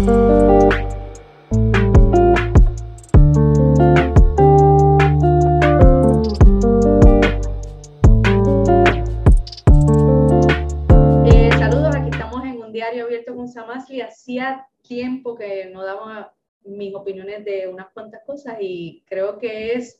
Saludos, aquí estamos en un diario abierto con Samasli. Hacía tiempo que no daba mis opiniones de unas cuantas cosas y creo que es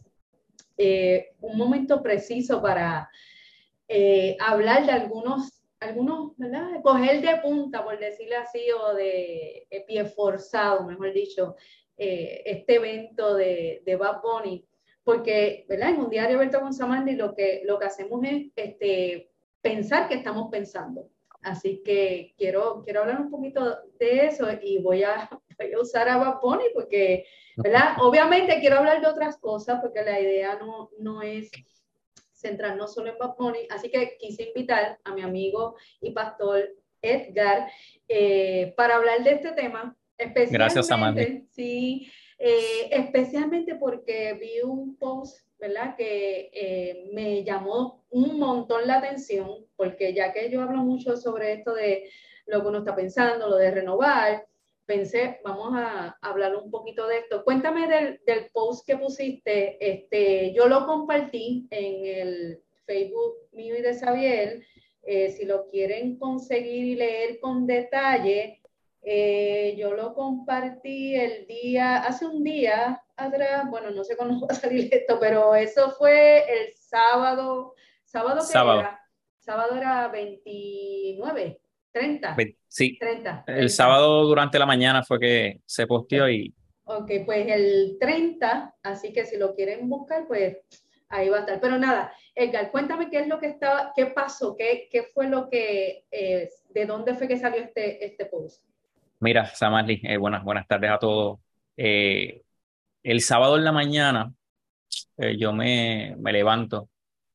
un momento preciso para hablar de algunos, ¿verdad? Coger de punta, por decirlo así, o de pie forzado, mejor dicho, este evento de Bad Bunny, porque, ¿verdad? En un diario abierto con Samasli lo que hacemos es pensar que estamos pensando. Así que quiero hablar un poquito de eso y voy a usar a Bad Bunny porque, ¿verdad? Obviamente quiero hablar de otras cosas porque la idea no es centrarnos solo en Bad Bunny, así que quise invitar a mi amigo y pastor Edgar para hablar de este tema, Gracias, Samadhi. especialmente, sí, especialmente porque vi un post, ¿verdad? Que me llamó un montón la atención, porque ya que yo hablo mucho sobre esto de lo que uno está pensando, lo de renovar, pensé, vamos a hablar un poquito de esto. Cuéntame del post que pusiste. Yo lo compartí en el Facebook mío y de Xavier. Si lo quieren conseguir y leer con detalle, yo lo compartí hace un día atrás, bueno, no sé cuándo va a salir esto, pero eso fue el sábado. ¿Sábado qué Sábado. era? Sábado era 29, 30, Sí, 30, el 30. sábado durante la mañana fue que se posteó y Ok, pues el 30, así que si lo quieren buscar, pues ahí va a estar. Pero nada, Edgar, cuéntame qué es lo que estaba, qué pasó, qué fue lo que, de dónde fue que salió este post. mira, Samadhi, buenas tardes a todos. Eh, el sábado en la mañana yo me levanto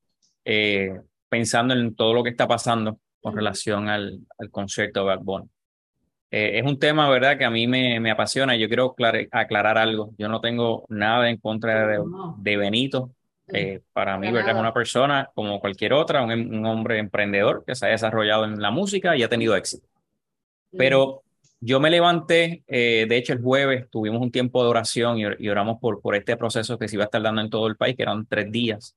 pensando en todo lo que está pasando con relación al concierto de Bad Bunny. Es un tema, ¿verdad?, que a mí me apasiona y yo quiero aclarar algo. Yo no tengo nada en contra No, de Benito. Para mí, para ¿verdad?, es una nada. persona como cualquier otra, un hombre emprendedor que se ha desarrollado en la música y ha tenido éxito. Pero yo me levanté, de hecho el jueves tuvimos un tiempo de oración y oramos por este proceso que se iba a estar dando en todo el país, que eran 3 días.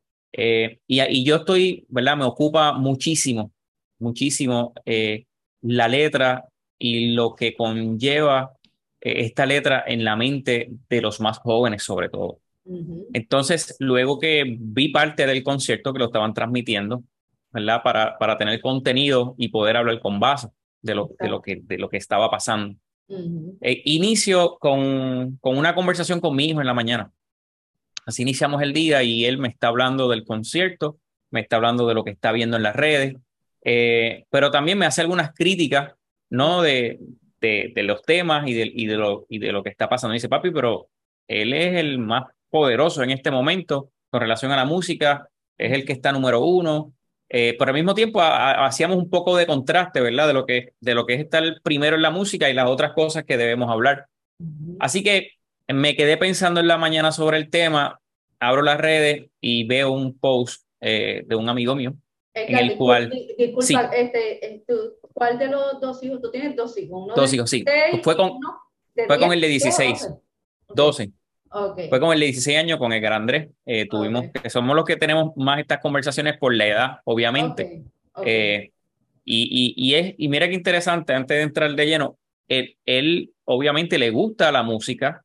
Y yo estoy, ¿verdad? Me ocupa muchísimo, muchísimo la letra y lo que conlleva esta letra en la mente de los más jóvenes, sobre todo. Entonces, luego que vi parte del concierto que lo estaban transmitiendo, ¿verdad? Para tener contenido y poder hablar con base Exacto. de lo que estaba pasando. Ujú. Inicio con una conversación con mi hijo en la mañana. Así iniciamos el día y él me está hablando del concierto, me está hablando de lo que está viendo en las redes, pero también me hace algunas críticas, ¿no? De los temas y de lo que está pasando. Dice, papi, pero él es el más poderoso en este momento con relación a la música, es el que está número uno, pero al mismo tiempo hacíamos un poco de contraste, ¿verdad? De lo que es estar primero en la música y las otras cosas que debemos hablar. Ujú. Así que me quedé pensando en la mañana sobre el tema, abro las redes y veo un post de un amigo mío en Edgar, el cual, disculpa, sí, ¿cuál de los dos hijos? Tú tienes dos hijos, uno de dos hijos, sí, 16 y uno de fue con 10, el de 10 o 12. 16, Ok, 12, ok, fue con el de 16 años, con Edgar Andrés. Tuvimos, ok, que somos los que tenemos más estas conversaciones por la edad, ok, obviamente. ok. Eh, y mira qué interesante, antes de entrar de lleno, él obviamente le gusta la música,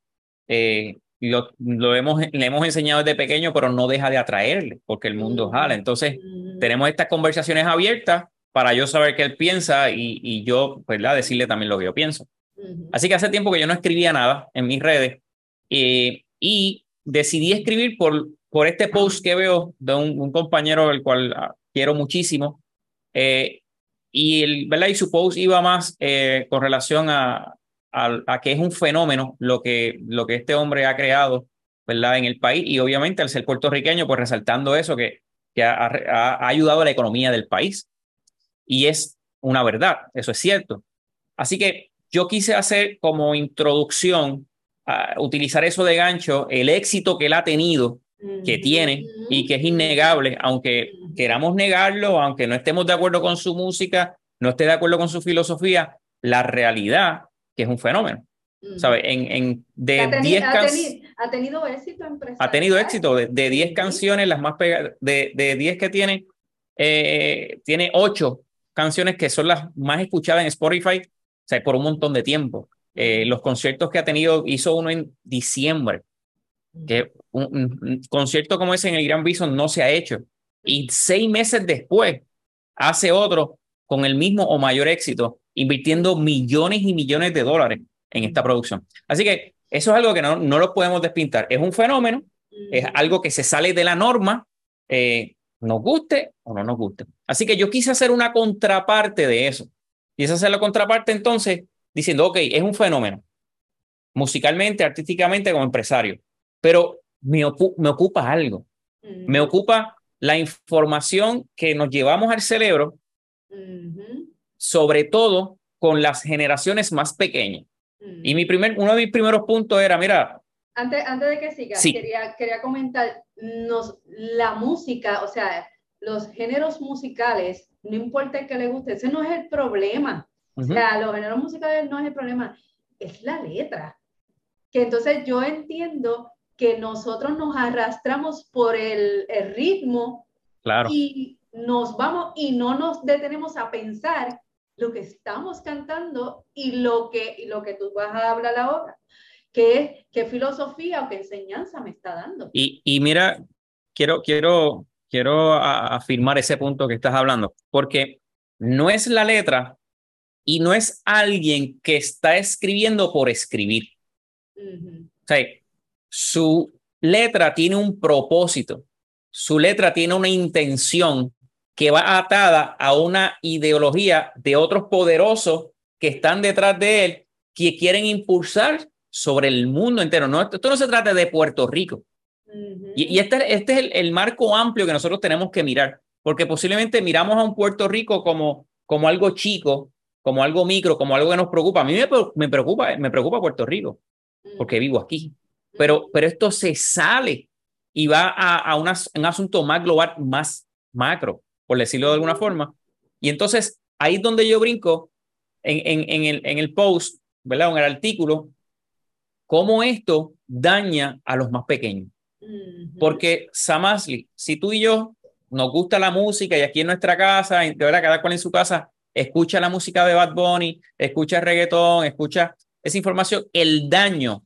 le hemos enseñado desde pequeño, pero no deja de atraerle, porque el mundo jala. Ujú, Entonces, ujú, tenemos estas conversaciones abiertas para yo saber qué él piensa y yo, ¿verdad?, decirle también lo que yo pienso. ujú. Así que hace tiempo que yo no escribía nada en mis redes y decidí escribir por este post que veo de un compañero, el cual quiero muchísimo. eh, ¿Verdad? Y su post iba más con relación a que es un fenómeno lo que este hombre ha creado, ¿verdad?, en el país y obviamente al ser puertorriqueño, pues resaltando eso que ha ayudado a la economía del país. Y es una verdad, eso es cierto. Así que yo quise hacer como introducción, utilizar eso de gancho, el éxito que él ha tenido, que Ujú, tiene y que es ujú, innegable, aunque ujú, queramos negarlo, aunque no estemos de acuerdo con su música, no esté de acuerdo con su filosofía, la realidad que es un fenómeno. Ujú. ¿Sabes? De 10 canciones, Ha tenido éxito ha tenido empresarial. éxito. De 10 Sí. canciones, las más pegadas, de 10 que tiene 8 canciones que son las más escuchadas en Spotify, o sea, por un montón de tiempo. Ujú. Los conciertos que ha tenido, hizo uno en diciembre, que un concierto como ese en el Gran Bison no se ha hecho. Y 6 meses después hace otro con el mismo o mayor éxito, invirtiendo millones y millones de dólares en esta Ujú. producción. Así que eso es algo que no lo podemos despintar. Es un fenómeno, es Ujú. algo que se sale de la norma, nos guste o no nos guste. Así que yo quise hacer una contraparte de eso. Quise hacer la contraparte entonces diciendo, ok, es un fenómeno, musicalmente, artísticamente, como empresario, pero me ocupa algo. Me Ujú. ocupa la información que nos llevamos al cerebro, Ujú. sobre todo con las generaciones más pequeñas. Y Ujú. uno de mis primeros puntos era, mira, Antes de que sigas, sí, quería comentar, la música, o sea, los géneros musicales, no importa el que le guste, ese no es el problema. O uh-huh, sea, los géneros musicales no es el problema, es la letra. Que entonces yo entiendo que nosotros nos arrastramos por el ritmo claro. y nos vamos y no nos detenemos a pensar lo que estamos cantando y lo que tú vas a hablar ahora, que es qué filosofía o qué enseñanza me está dando. Y mira, quiero afirmar ese punto que estás hablando, porque no es la letra y no es alguien que está escribiendo por escribir. Uh-huh. O sea, su letra tiene un propósito, su letra tiene una intención que va atada a una ideología de otros poderosos que están detrás de él, que quieren impulsar sobre el mundo entero. No, esto no se trata de Puerto Rico. Y Uh-huh. este es el marco amplio que nosotros tenemos que mirar, porque posiblemente miramos a un Puerto Rico como algo chico, como algo micro, como algo que nos preocupa. A mí me preocupa Puerto Rico porque Uh-huh. vivo aquí. Uh-huh. Pero esto se sale y va a un asunto más global, más macro, por decirlo de alguna Uh-huh. forma. Y entonces ahí es donde yo brinco en el post, ¿verdad? En el artículo, cómo esto daña a los más pequeños. Uh-huh. Porque, Samasli, si tú y yo nos gusta la música y aquí en nuestra casa, de verdad, cada cual en su casa, escucha la música de Bad Bunny, escucha el reggaetón, escucha esa información, el daño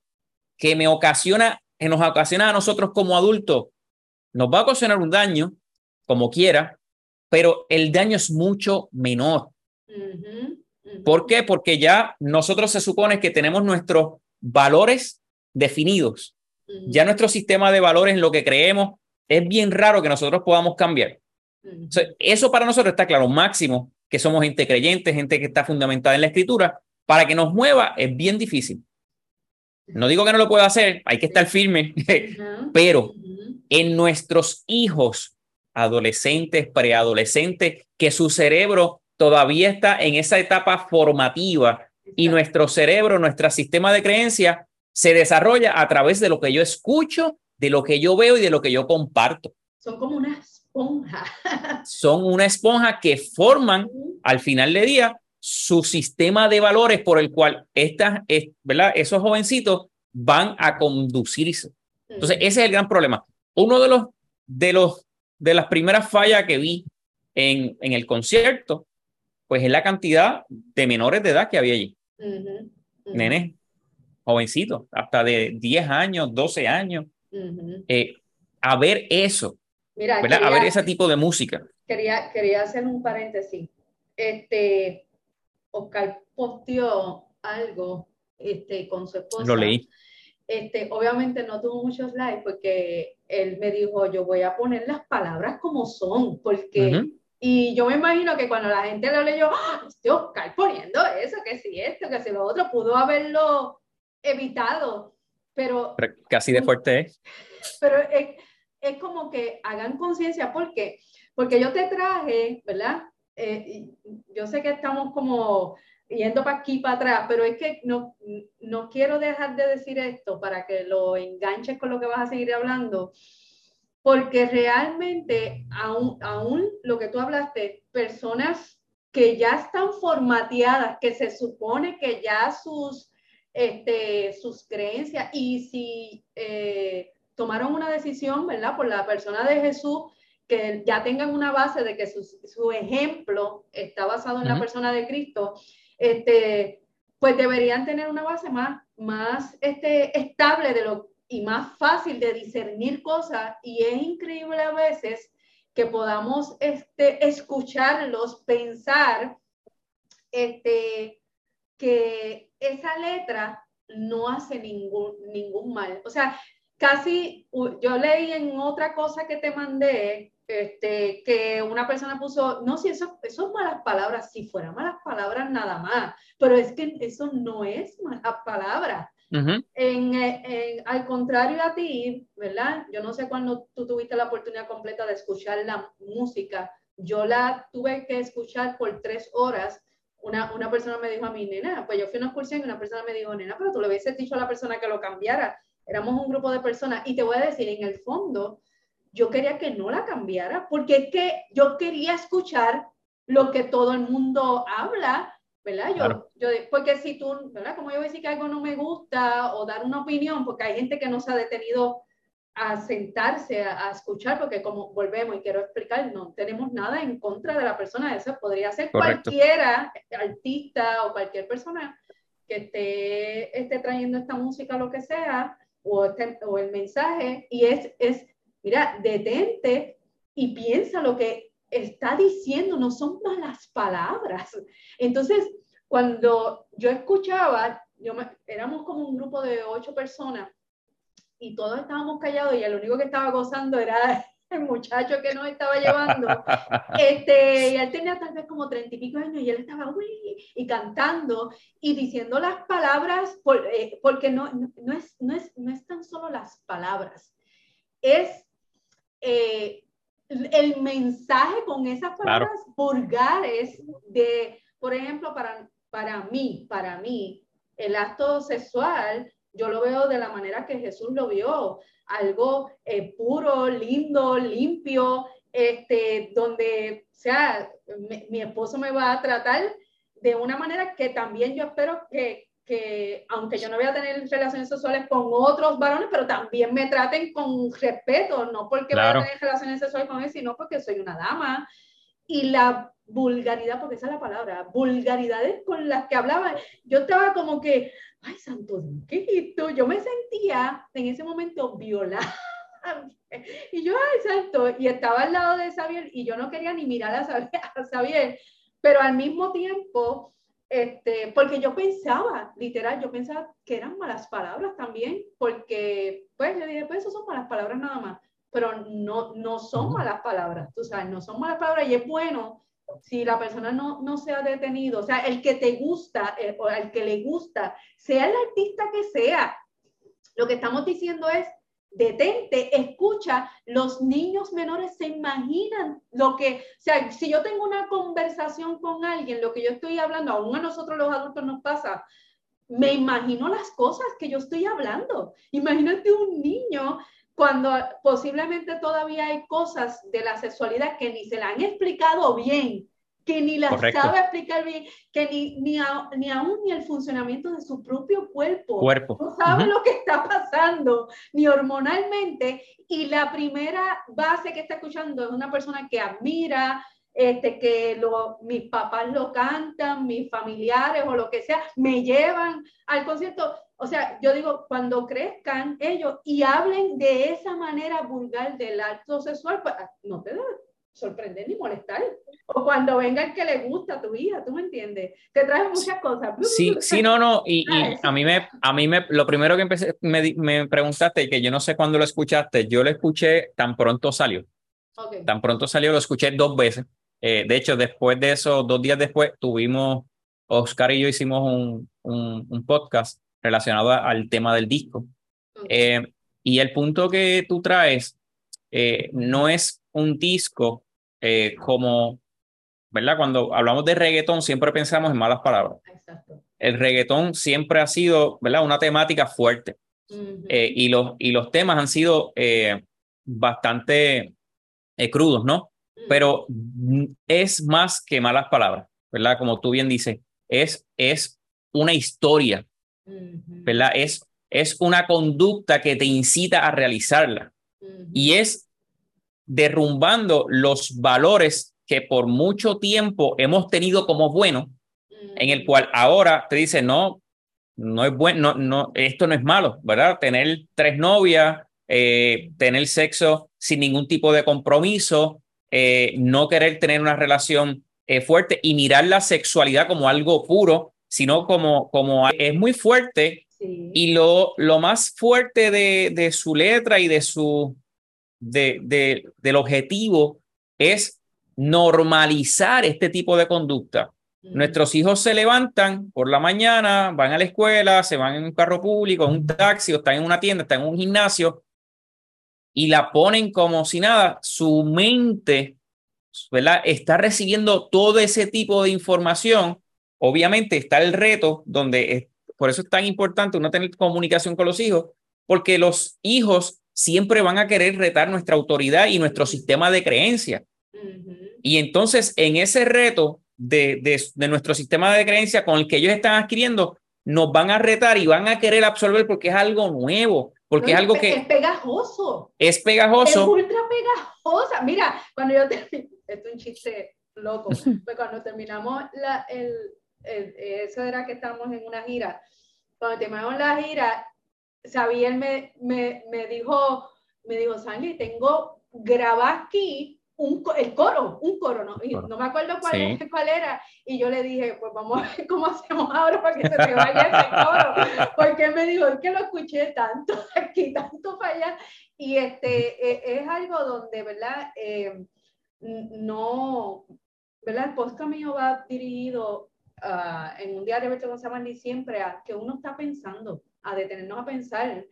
que nos ocasiona a nosotros como adultos, nos va a ocasionar un daño, como quiera, pero el daño es mucho menor. Uh-huh. ¿Por Uh-huh. qué? Porque ya nosotros se supone que tenemos nuestros valores definidos. Ya Uh-huh. nuestro sistema de valores en lo que creemos es bien raro que nosotros podamos cambiar. O sea, Uh-huh. eso para nosotros está claro, máximo que somos gente creyente, gente que está fundamentada en la escritura. Para que nos mueva es bien difícil. No digo que no lo pueda hacer, hay que estar firme, Uh-huh. pero Uh-huh. en nuestros hijos, adolescentes, preadolescentes, que su cerebro todavía está en esa etapa formativa y Exacto. nuestro cerebro, nuestro sistema de creencia se desarrolla a través de lo que yo escucho, de lo que yo veo y de lo que yo comparto. Son como una esponja. Son una esponja que forman Uh-huh. al final del día su sistema de valores por el cual ¿verdad? Esos jovencitos van a conducirse. Entonces, Uh-huh. ese es el gran problema. Uno de los de las primeras fallas que vi en el concierto, pues es la cantidad de menores de edad que había allí. Uh-huh. Uh-huh. Nenes, jovencitos, hasta de 10 años, 12 años. Uh-huh. Eh, a ver eso, Mira, ¿verdad? A ver ese tipo de música. quería hacer un paréntesis. Oscar posteó algo con su Lo esposa. leí. Obviamente no tuvo muchos likes porque él me dijo, yo voy a poner las palabras como son, Uh porque, -huh. y yo me imagino que cuando la gente lo leyó, ¡ah! Oscar poniendo eso, que si esto, que si lo otro, pudo haberlo evitado, pero, Casi de fuerte es. pero es como que hagan conciencia, ¿por qué? Porque yo te traje, ¿verdad? Yo sé que estamos como yendo para aquí, para atrás, pero es que no quiero dejar de decir esto para que lo enganches con lo que vas a seguir hablando, porque realmente, aún lo que tú hablaste, personas que ya están formateadas, que se supone que ya sus creencias, y si tomaron una decisión, ¿verdad? Por la persona de Jesús, que ya tengan una base de que su ejemplo está basado en la persona de Cristo, pues deberían tener una base más estable y más fácil de discernir cosas, y es increíble a veces que podamos escucharlos, pensar que esa letra no hace ningún mal. O sea, casi yo leí en otra cosa que te mandé, que una persona puso, no, si eso es malas palabras, si fuera malas palabras nada más, pero es que eso no es malas palabras. Al contrario a ti, ¿verdad? Yo no sé cuándo tú tuviste la oportunidad completa de escuchar la música. Yo la tuve que escuchar por 3 horas. Una persona me dijo a mí, nena, pues yo fui a una excursión y una persona me dijo, nena, pero tú le hubieses dicho a la persona que lo cambiara. Éramos un grupo de personas y te voy a decir, en el fondo, yo quería que no la cambiara porque es que yo quería escuchar lo que todo el mundo habla, ¿verdad? Claro. Porque si tú, ¿verdad? Como yo decir que algo no me gusta o dar una opinión, porque hay gente que no se ha detenido a sentarse a escuchar, porque como volvemos y quiero explicar, no tenemos nada en contra de la persona, eso podría ser Correcto. cualquiera artista o cualquier persona que esté trayendo esta música, lo que sea, o el mensaje, y mira, detente y piensa lo que está diciendo, no son malas palabras. Entonces, cuando yo escuchaba, éramos como un grupo de 8 personas y todos estábamos callados y el único que estaba gozando era el muchacho que nos estaba llevando. Y él tenía tal vez como 30 y pico años y él estaba y cantando y diciendo las palabras, porque no es tan solo las palabras, es el mensaje con esas palabras vulgares por ejemplo, para mí, el acto sexual, yo lo veo de la manera que Jesús lo vio, algo puro, lindo, limpio, donde, o sea, mi esposo me va a tratar de una manera que también yo espero que aunque yo no voy a tener relaciones sexuales con otros varones, pero también me traten con respeto, no porque vaya a tener relaciones sexuales con él, sino porque soy una dama. Y la vulgaridad, porque esa es la palabra, vulgaridades con las que hablaba, yo estaba como que, ay, santo, ¿qué es esto? Yo me sentía en ese momento violada. Y yo, ay, santo, y estaba al lado de Xavier y yo no quería ni mirar a Xavier, pero al mismo tiempo, porque yo pensaba, literal, yo pensaba que eran malas palabras también, porque, pues, yo dije, pues, eso son malas palabras nada más, pero no son malas palabras, tú sabes, no son malas palabras, y es bueno si la persona no se ha detenido, o sea, el que te gusta, o al que le gusta, sea el artista que sea, lo que estamos diciendo es, detente, escucha, los niños menores se imaginan lo que, o sea, si yo tengo una conversación con alguien, lo que yo estoy hablando, aún a nosotros los adultos nos pasa, me imagino las cosas que yo estoy hablando. Imagínate un niño cuando posiblemente todavía hay cosas de la sexualidad que ni se la han explicado bien, que ni las sabe explicar bien, que ni aún ni el funcionamiento de su propio cuerpo. No sabe lo que está pasando, ni hormonalmente, y la primera base que está escuchando es una persona que admira, que mis papás lo cantan, mis familiares o lo que sea, me llevan al concierto. O sea, yo digo, cuando crezcan ellos y hablen de esa manera vulgar del acto sexual, pues no te debe sorprender ni molestar. O cuando venga el que le gusta a tu hija, ¿tú me entiendes? Te trae muchas cosas. Sí, no, y a mí lo primero que me preguntaste, que yo no sé cuándo lo escuchaste, yo lo escuché tan pronto salió. Okay. Tan pronto salió, lo escuché 2 veces. De hecho, después de eso, 2 días después, Oscar y yo hicimos un podcast relacionado al tema del disco. Okay. Y el punto que tú traes no es un disco como, ¿verdad? Cuando hablamos de reggaetón, siempre pensamos en malas palabras. Exacto. El reggaetón siempre ha sido, ¿verdad? Una temática fuerte. Y los temas han sido bastante crudos, ¿no? Pero es más que malas palabras, ¿verdad? Como tú bien dices, es una historia, ¿verdad? Es una conducta que te incita a realizarla y es derrumbando los valores que por mucho tiempo hemos tenido como buenos, en el cual ahora te dice, no, no es bueno, no, esto no es malo, ¿verdad? Tener 3 novias, tener sexo sin ningún tipo de compromiso, no querer tener una relación fuerte y mirar la sexualidad como algo puro, sino como es muy fuerte. Sí. Y lo más fuerte de su letra y del objetivo es normalizar este tipo de conducta. Nuestros hijos se levantan por la mañana, van a la escuela, se van en un carro público, en un taxi, o están en una tienda, están en un gimnasio y la ponen como si nada. Su mente, ¿verdad?, está recibiendo todo ese tipo de información. Obviamente está el reto por eso es tan importante uno tener comunicación con los hijos, porque los hijos siempre van a querer retar nuestra autoridad y nuestro sistema de creencias. Y entonces en ese reto de nuestro sistema de creencias con el que ellos están adquiriendo, nos van a retar y van a querer absorber porque es algo nuevo, porque No, es algo que es pegajoso. es pegajoso. Es ultra pegajosa. Mira, cuando yo terminé, esto es un chiste loco, pues cuando terminamos eso era que estábamos en una gira. Cuando terminamos la gira, Xavier me dijo, Sandy, tengo grabado aquí el coro, no, no me acuerdo cuál era, y yo le dije, pues vamos a ver cómo hacemos ahora para que se te vaya ese coro, porque él me dijo, es que lo escuché tanto aquí, tanto para allá, y es algo donde, ¿verdad? No, ¿verdad? El podcast mío va dirigido en un diario abierto con Samantha siempre a que uno está pensando, a detenernos a pensar,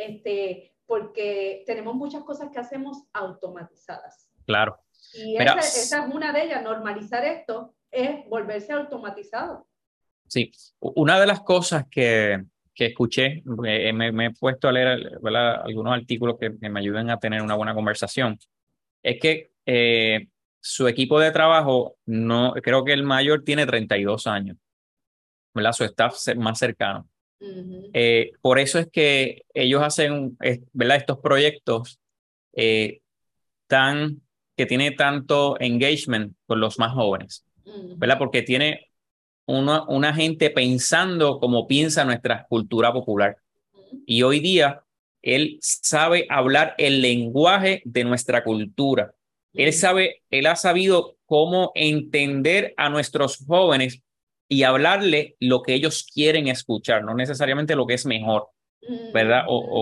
porque tenemos muchas cosas que hacemos automatizadas. Claro. Y esa es una de ellas, normalizar esto es volverse automatizado. Sí, una de las cosas que escuché, me he puesto a leer, ¿verdad?, algunos artículos que me ayudan a tener una buena conversación, es que su equipo de trabajo, no, creo que el mayor tiene 32 años, ¿verdad? Su staff más cercano. Por eso es que ellos hacen, ¿verdad?, estos proyectos eh, tan, que tiene tanto engagement con los más jóvenes, ¿verdad? Porque tiene una gente pensando como piensa nuestra cultura popular. Y hoy día él sabe hablar el lenguaje de nuestra cultura. Él ha sabido cómo entender a nuestros jóvenes y hablarle lo que ellos quieren escuchar, no necesariamente lo que es mejor, ¿verdad?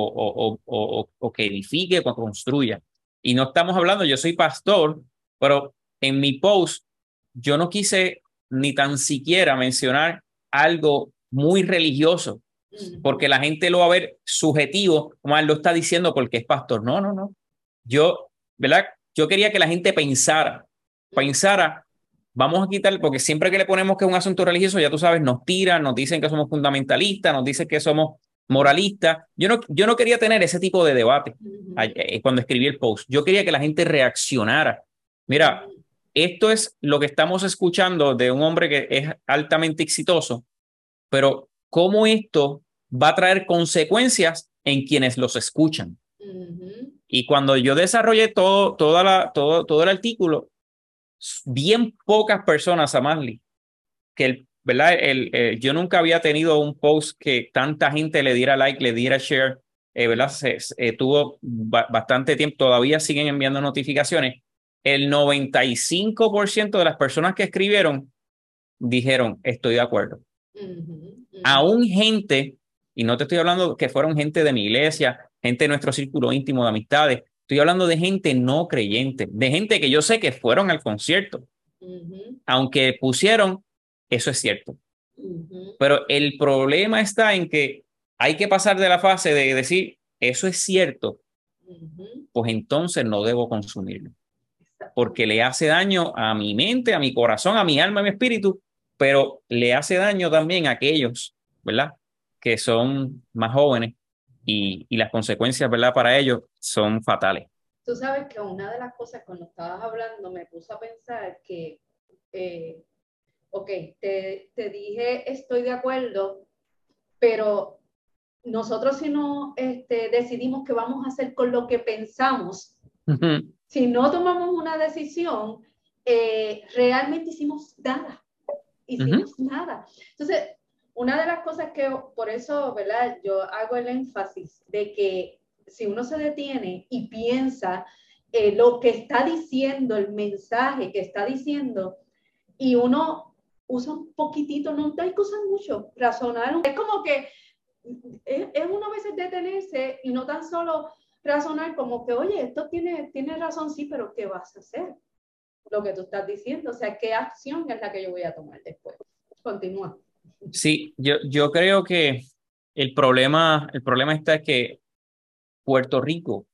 O que edifique o construya. Y no estamos hablando, yo soy pastor, pero en mi post yo no quise ni tan siquiera mencionar algo muy religioso, porque la gente lo va a ver subjetivo, como él lo está diciendo porque es pastor. No, no, no. Yo, ¿verdad? Yo quería que la gente pensara, vamos a quitar, porque siempre que le ponemos que es un asunto religioso, ya tú sabes, nos tiran, nos dicen que somos fundamentalistas, nos dicen que somos moralistas. Yo no quería tener ese tipo de debate cuando escribí el post. Yo quería que la gente reaccionara. Mira, esto es lo que estamos escuchando de un hombre que es altamente exitoso, pero cómo esto va a traer consecuencias en quienes los escuchan. Y cuando yo desarrollé todo el artículo, bien pocas personas, Amasli, ¿verdad? Yo nunca había tenido un post que tanta gente le diera like, le diera share, ¿verdad? Tuvo bastante tiempo, todavía siguen enviando notificaciones. El 95% de las personas que escribieron dijeron, estoy de acuerdo. Aún gente, y no te estoy hablando que fueron gente de mi iglesia, gente de nuestro círculo íntimo de amistades, estoy hablando de gente no creyente, de gente que yo sé que fueron al concierto, aunque pusieron, eso es cierto. Pero el problema está en que hay que pasar de la fase de decir, eso es cierto, pues entonces no debo consumirlo, porque le hace daño a mi mente, a mi corazón, a mi alma, a mi espíritu, pero le hace daño también a aquellos, ¿verdad?, que son más jóvenes y las consecuencias, ¿verdad?, para ellos son fatales. Tú sabes que una de las cosas cuando estabas hablando me puso a pensar que ok, te dije estoy de acuerdo, pero nosotros si no decidimos qué vamos a hacer con lo que pensamos, si no tomamos una decisión, realmente hicimos nada. Hicimos nada. Entonces, una de las cosas que, por eso, ¿verdad? Yo hago el énfasis de que si uno se detiene y piensa lo que está diciendo, el mensaje que está diciendo, y uno usa un poquitito, no hay que usar mucho, razonar. Es como que es uno a veces detenerse y no tan solo razonar como que, oye, esto tiene razón, sí, pero ¿qué vas a hacer? Lo que tú estás diciendo, o sea, ¿qué acción es la que yo voy a tomar después? Continúa. Sí, yo creo que el problema está que Puerto Rico,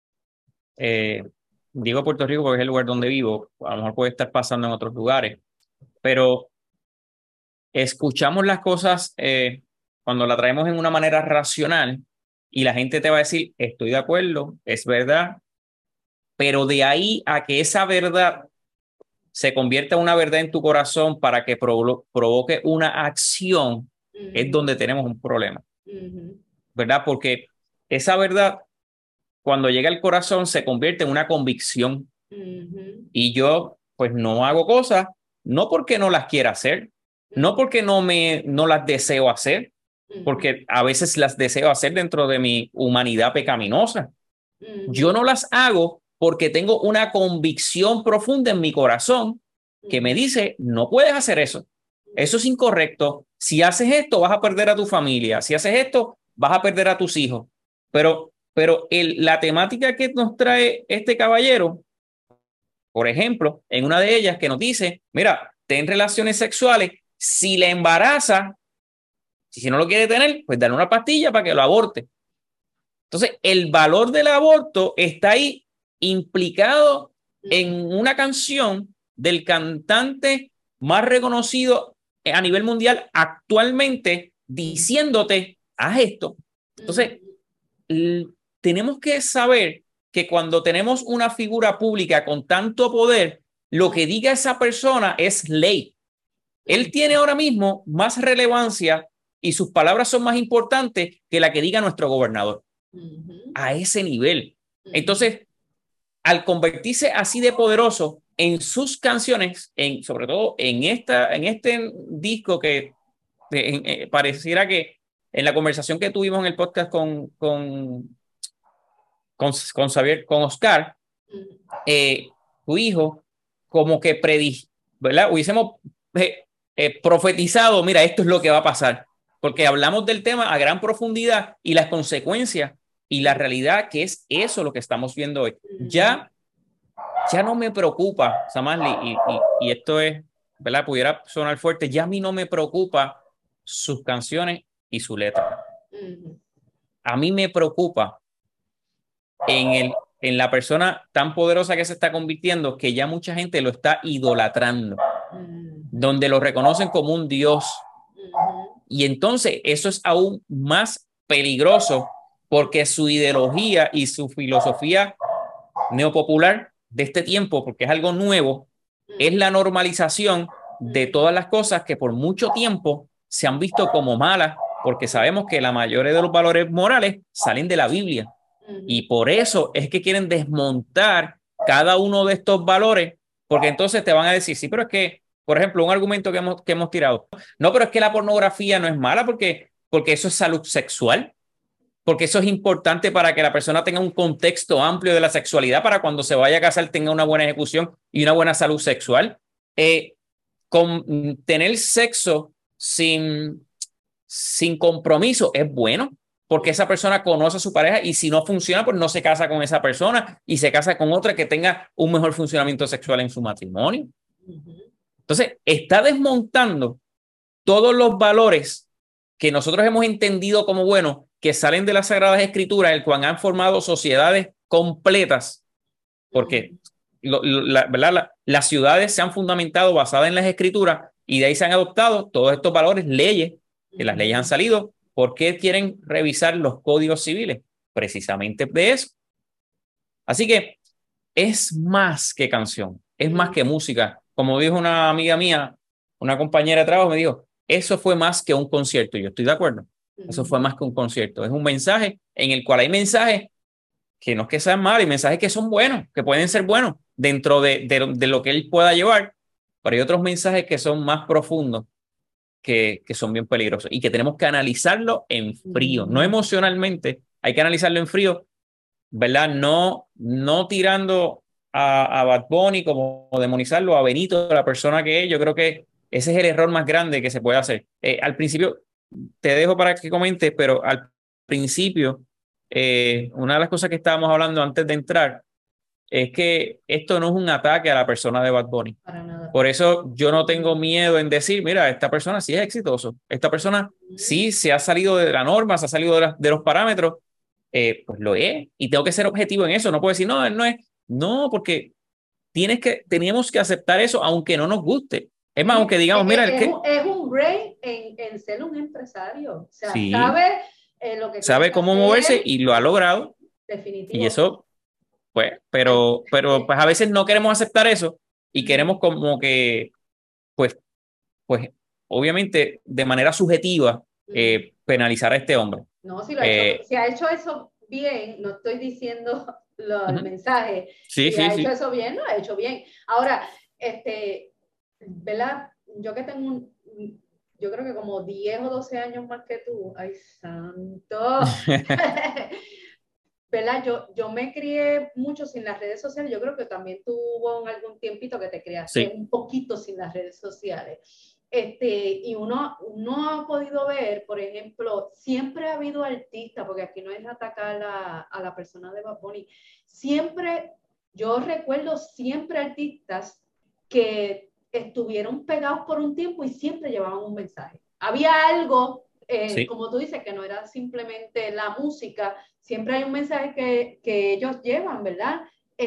eh, digo Puerto Rico porque es el lugar donde vivo, a lo mejor puede estar pasando en otros lugares, pero escuchamos las cosas cuando la traemos en una manera racional y la gente te va a decir, estoy de acuerdo, es verdad, pero de ahí a que esa verdad se convierta en una verdad en tu corazón para que provoque una acción, es donde tenemos un problema, ¿verdad? Porque esa verdad, cuando llega al corazón, se convierte en una convicción y yo, pues, no hago cosas, no porque no las quiera hacer, no porque no las deseo hacer, porque a veces las deseo hacer dentro de mi humanidad pecaminosa. Yo no las hago porque tengo una convicción profunda en mi corazón que me dice, no puedes hacer eso. Eso es incorrecto. Si haces esto, vas a perder a tu familia. Si haces esto, vas a perder a tus hijos. Pero la temática que nos trae este caballero, por ejemplo, en una de ellas que nos dice, mira, ten relaciones sexuales, si le embaraza, si no lo quiere tener, pues dale una pastilla para que lo aborte. Entonces, el valor del aborto está ahí implicado en una canción del cantante más reconocido a nivel mundial actualmente diciéndote, haz esto. Entonces, tenemos que saber que cuando tenemos una figura pública con tanto poder, lo que diga esa persona es ley. Él tiene ahora mismo más relevancia y sus palabras son más importantes que la que diga nuestro gobernador. A ese nivel. Entonces, al convertirse así de poderoso en sus canciones, sobre todo en este disco que pareciera que en la conversación que tuvimos en el podcast con Xavier, con Oscar, tu hijo, como que ¿verdad? Hubiésemos profetizado, mira, esto es lo que va a pasar, porque hablamos del tema a gran profundidad y las consecuencias y la realidad que es eso lo que estamos viendo hoy. Ya no me preocupa, Samasli, y esto es, ¿verdad? Pudiera sonar fuerte, ya a mí no me preocupa sus canciones y su letra. A mí me preocupa en la persona tan poderosa que se está convirtiendo que ya mucha gente lo está idolatrando, donde lo reconocen como un dios. Y entonces eso es aún más peligroso porque su ideología y su filosofía neopopular de este tiempo, porque es algo nuevo, es la normalización de todas las cosas que por mucho tiempo se han visto como malas, porque sabemos que la mayoría de los valores morales salen de la Biblia. Y por eso es que quieren desmontar cada uno de estos valores, porque entonces te van a decir, sí, pero es que, por ejemplo, un argumento que hemos tirado, no, pero es que la pornografía no es mala porque eso es salud sexual, porque eso es importante para que la persona tenga un contexto amplio de la sexualidad, para cuando se vaya a casar tenga una buena ejecución y una buena salud sexual. Tener sexo sin compromiso es bueno, porque esa persona conoce a su pareja y si no funciona, pues no se casa con esa persona y se casa con otra que tenga un mejor funcionamiento sexual en su matrimonio. Entonces, está desmontando todos los valores que nosotros hemos entendido como buenos, que salen de las Sagradas Escrituras, el cual han formado sociedades completas, porque ¿verdad? Las ciudades se han fundamentado basadas en las Escrituras y de ahí se han adoptado todos estos valores, leyes, que las leyes han salido. ¿Por qué quieren revisar los códigos civiles? Precisamente de eso. Así que es más que canción, es más que música. Como dijo una amiga mía, una compañera de trabajo me dijo, eso fue más que un concierto. Y yo estoy de acuerdo. Eso fue más que un concierto. Es un mensaje en el cual hay mensajes que no es que sean malos, hay mensajes que son buenos, que pueden ser buenos dentro de lo que él pueda llevar, pero hay otros mensajes que son más profundos, que son bien peligrosos y que tenemos que analizarlo en frío, no emocionalmente, hay que analizarlo en frío, ¿verdad? No, no tirando a Bad Bunny como demonizarlo, a Benito, la persona que es. Yo creo que ese es el error más grande que se puede hacer. Al principio, te dejo para que comentes, pero al principio, una de las cosas que estábamos hablando antes de entrar es que esto no es un ataque a la persona de Bad Bunny. Para nada. Por eso yo no tengo miedo en decir, mira, esta persona sí es exitoso, esta persona sí se ha salido de la norma, se ha salido de los parámetros, pues lo es, y tengo que ser objetivo en eso, no puedo decir, no, él no es, no, porque teníamos que aceptar eso aunque no nos guste. Es más, Sí, aunque digamos, mira, el que es un break en ser un empresario. O sea, sí sabe lo que tiene sabe que cómo moverse hacer, y lo ha logrado, y definitivo. eso, pues, Ay, pero pues a veces no queremos aceptar eso y queremos ujú, como que, pues, pues obviamente de manera subjetiva ujú. penalizar a este hombre. No, si lo ha hecho, Eh, si ha hecho eso bien, no estoy diciendo el Ujú. mensaje, Sí, si sí, ha hecho sí. eso bien, lo ha hecho bien. Ahora, ¿verdad? Yo que tengo yo creo que como 10 o 12 años más que tú, ay, santo. ¿Verdad? Yo me crié mucho sin las redes sociales. Yo creo que también tuvo algún tiempito que te criaste Sí, un poquito sin las redes sociales. Y uno ha podido ver, por ejemplo, siempre ha habido artistas, porque aquí no es atacar a la persona de Bad Bunny, siempre, yo recuerdo siempre artistas que estuvieron pegados por un tiempo y siempre llevaban un mensaje. Había algo, sí, como tú dices, que no era simplemente la música, siempre hay un mensaje que ellos llevan, ¿verdad?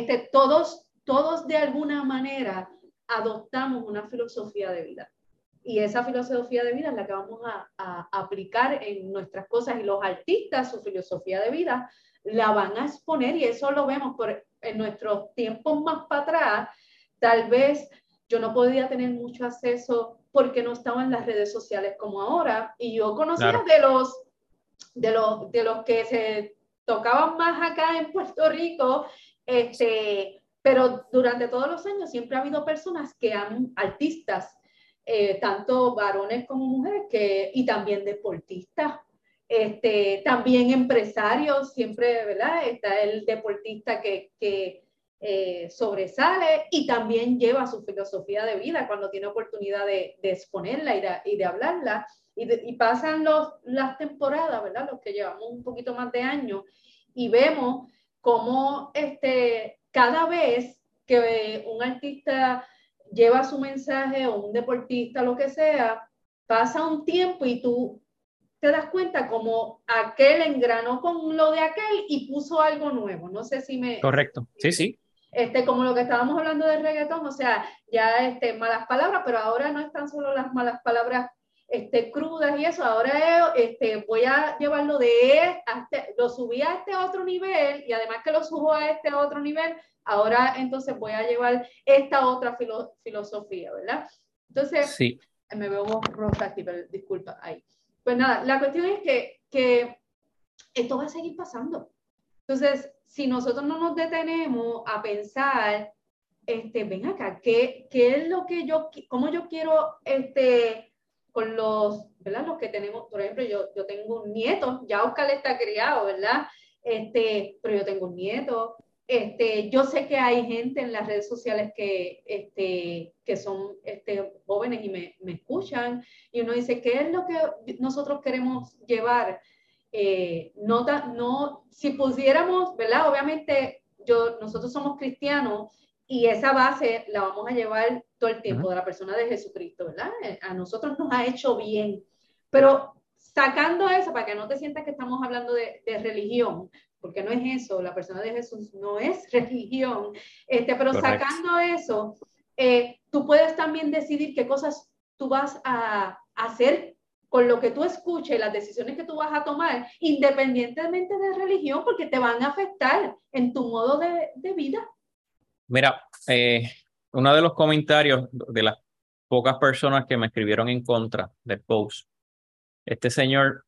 Todos de alguna manera adoptamos una filosofía de vida. Y esa filosofía de vida es la que vamos a aplicar en nuestras cosas y los artistas, su filosofía de vida, la van a exponer y eso lo vemos en nuestros tiempos más para atrás. Tal vez yo no podía tener mucho acceso porque no estaba en las redes sociales como ahora y yo conocía claro. de los que se tocaban más acá en Puerto Rico, pero durante todos los años siempre ha habido personas que han, artistas, tanto varones como mujeres, y también deportistas, también empresarios, siempre, ¿verdad? Está el deportista que sobresale y también lleva su filosofía de vida cuando tiene oportunidad de exponerla y de hablarla. Y pasan las temporadas, ¿verdad? Los que llevamos un poquito más de años y vemos cómo cada vez que un artista lleva su mensaje o un deportista, lo que sea, pasa un tiempo y tú te das cuenta como aquel engranó con lo de aquel y puso algo nuevo. No sé si me Correcto. Sí, explico. sí, Como lo que estábamos hablando del reggaetón, o sea, ya malas palabras, pero ahora no están solo las malas palabras crudas y eso, ahora voy a llevarlo lo subí a este otro nivel y además que lo subo a este otro nivel, ahora entonces voy a llevar esta otra filosofía, ¿verdad? Entonces, sí. me veo rosa aquí, pero disculpa, ahí. Pues nada, la cuestión es que esto va a seguir pasando. Entonces, si nosotros no nos detenemos a pensar, ven acá, ¿qué es lo que cómo yo quiero, con ¿verdad? Los que tenemos, por ejemplo, yo tengo un nieto, ya Oscar está criado, ¿verdad? Pero yo tengo un nieto, yo sé que hay gente en las redes sociales que son jóvenes y me escuchan, y uno dice, ¿qué es lo que nosotros queremos llevar? No, si pusiéramos, ¿verdad? Obviamente nosotros somos cristianos y esa base la vamos a llevar todo el tiempo Ujú. de la persona de Jesucristo, ¿verdad? A nosotros nos ha hecho bien, pero sacando eso, para que no te sientas que estamos hablando de religión, porque no es eso, la persona de Jesús no es religión, pero Correcto. sacando eso, tú puedes también decidir qué cosas tú vas a hacer con lo que tú escuches, las decisiones que tú vas a tomar, independientemente de religión, porque te van a afectar en tu modo de vida. Mira, uno de los comentarios de las pocas personas que me escribieron en contra del post. Este señor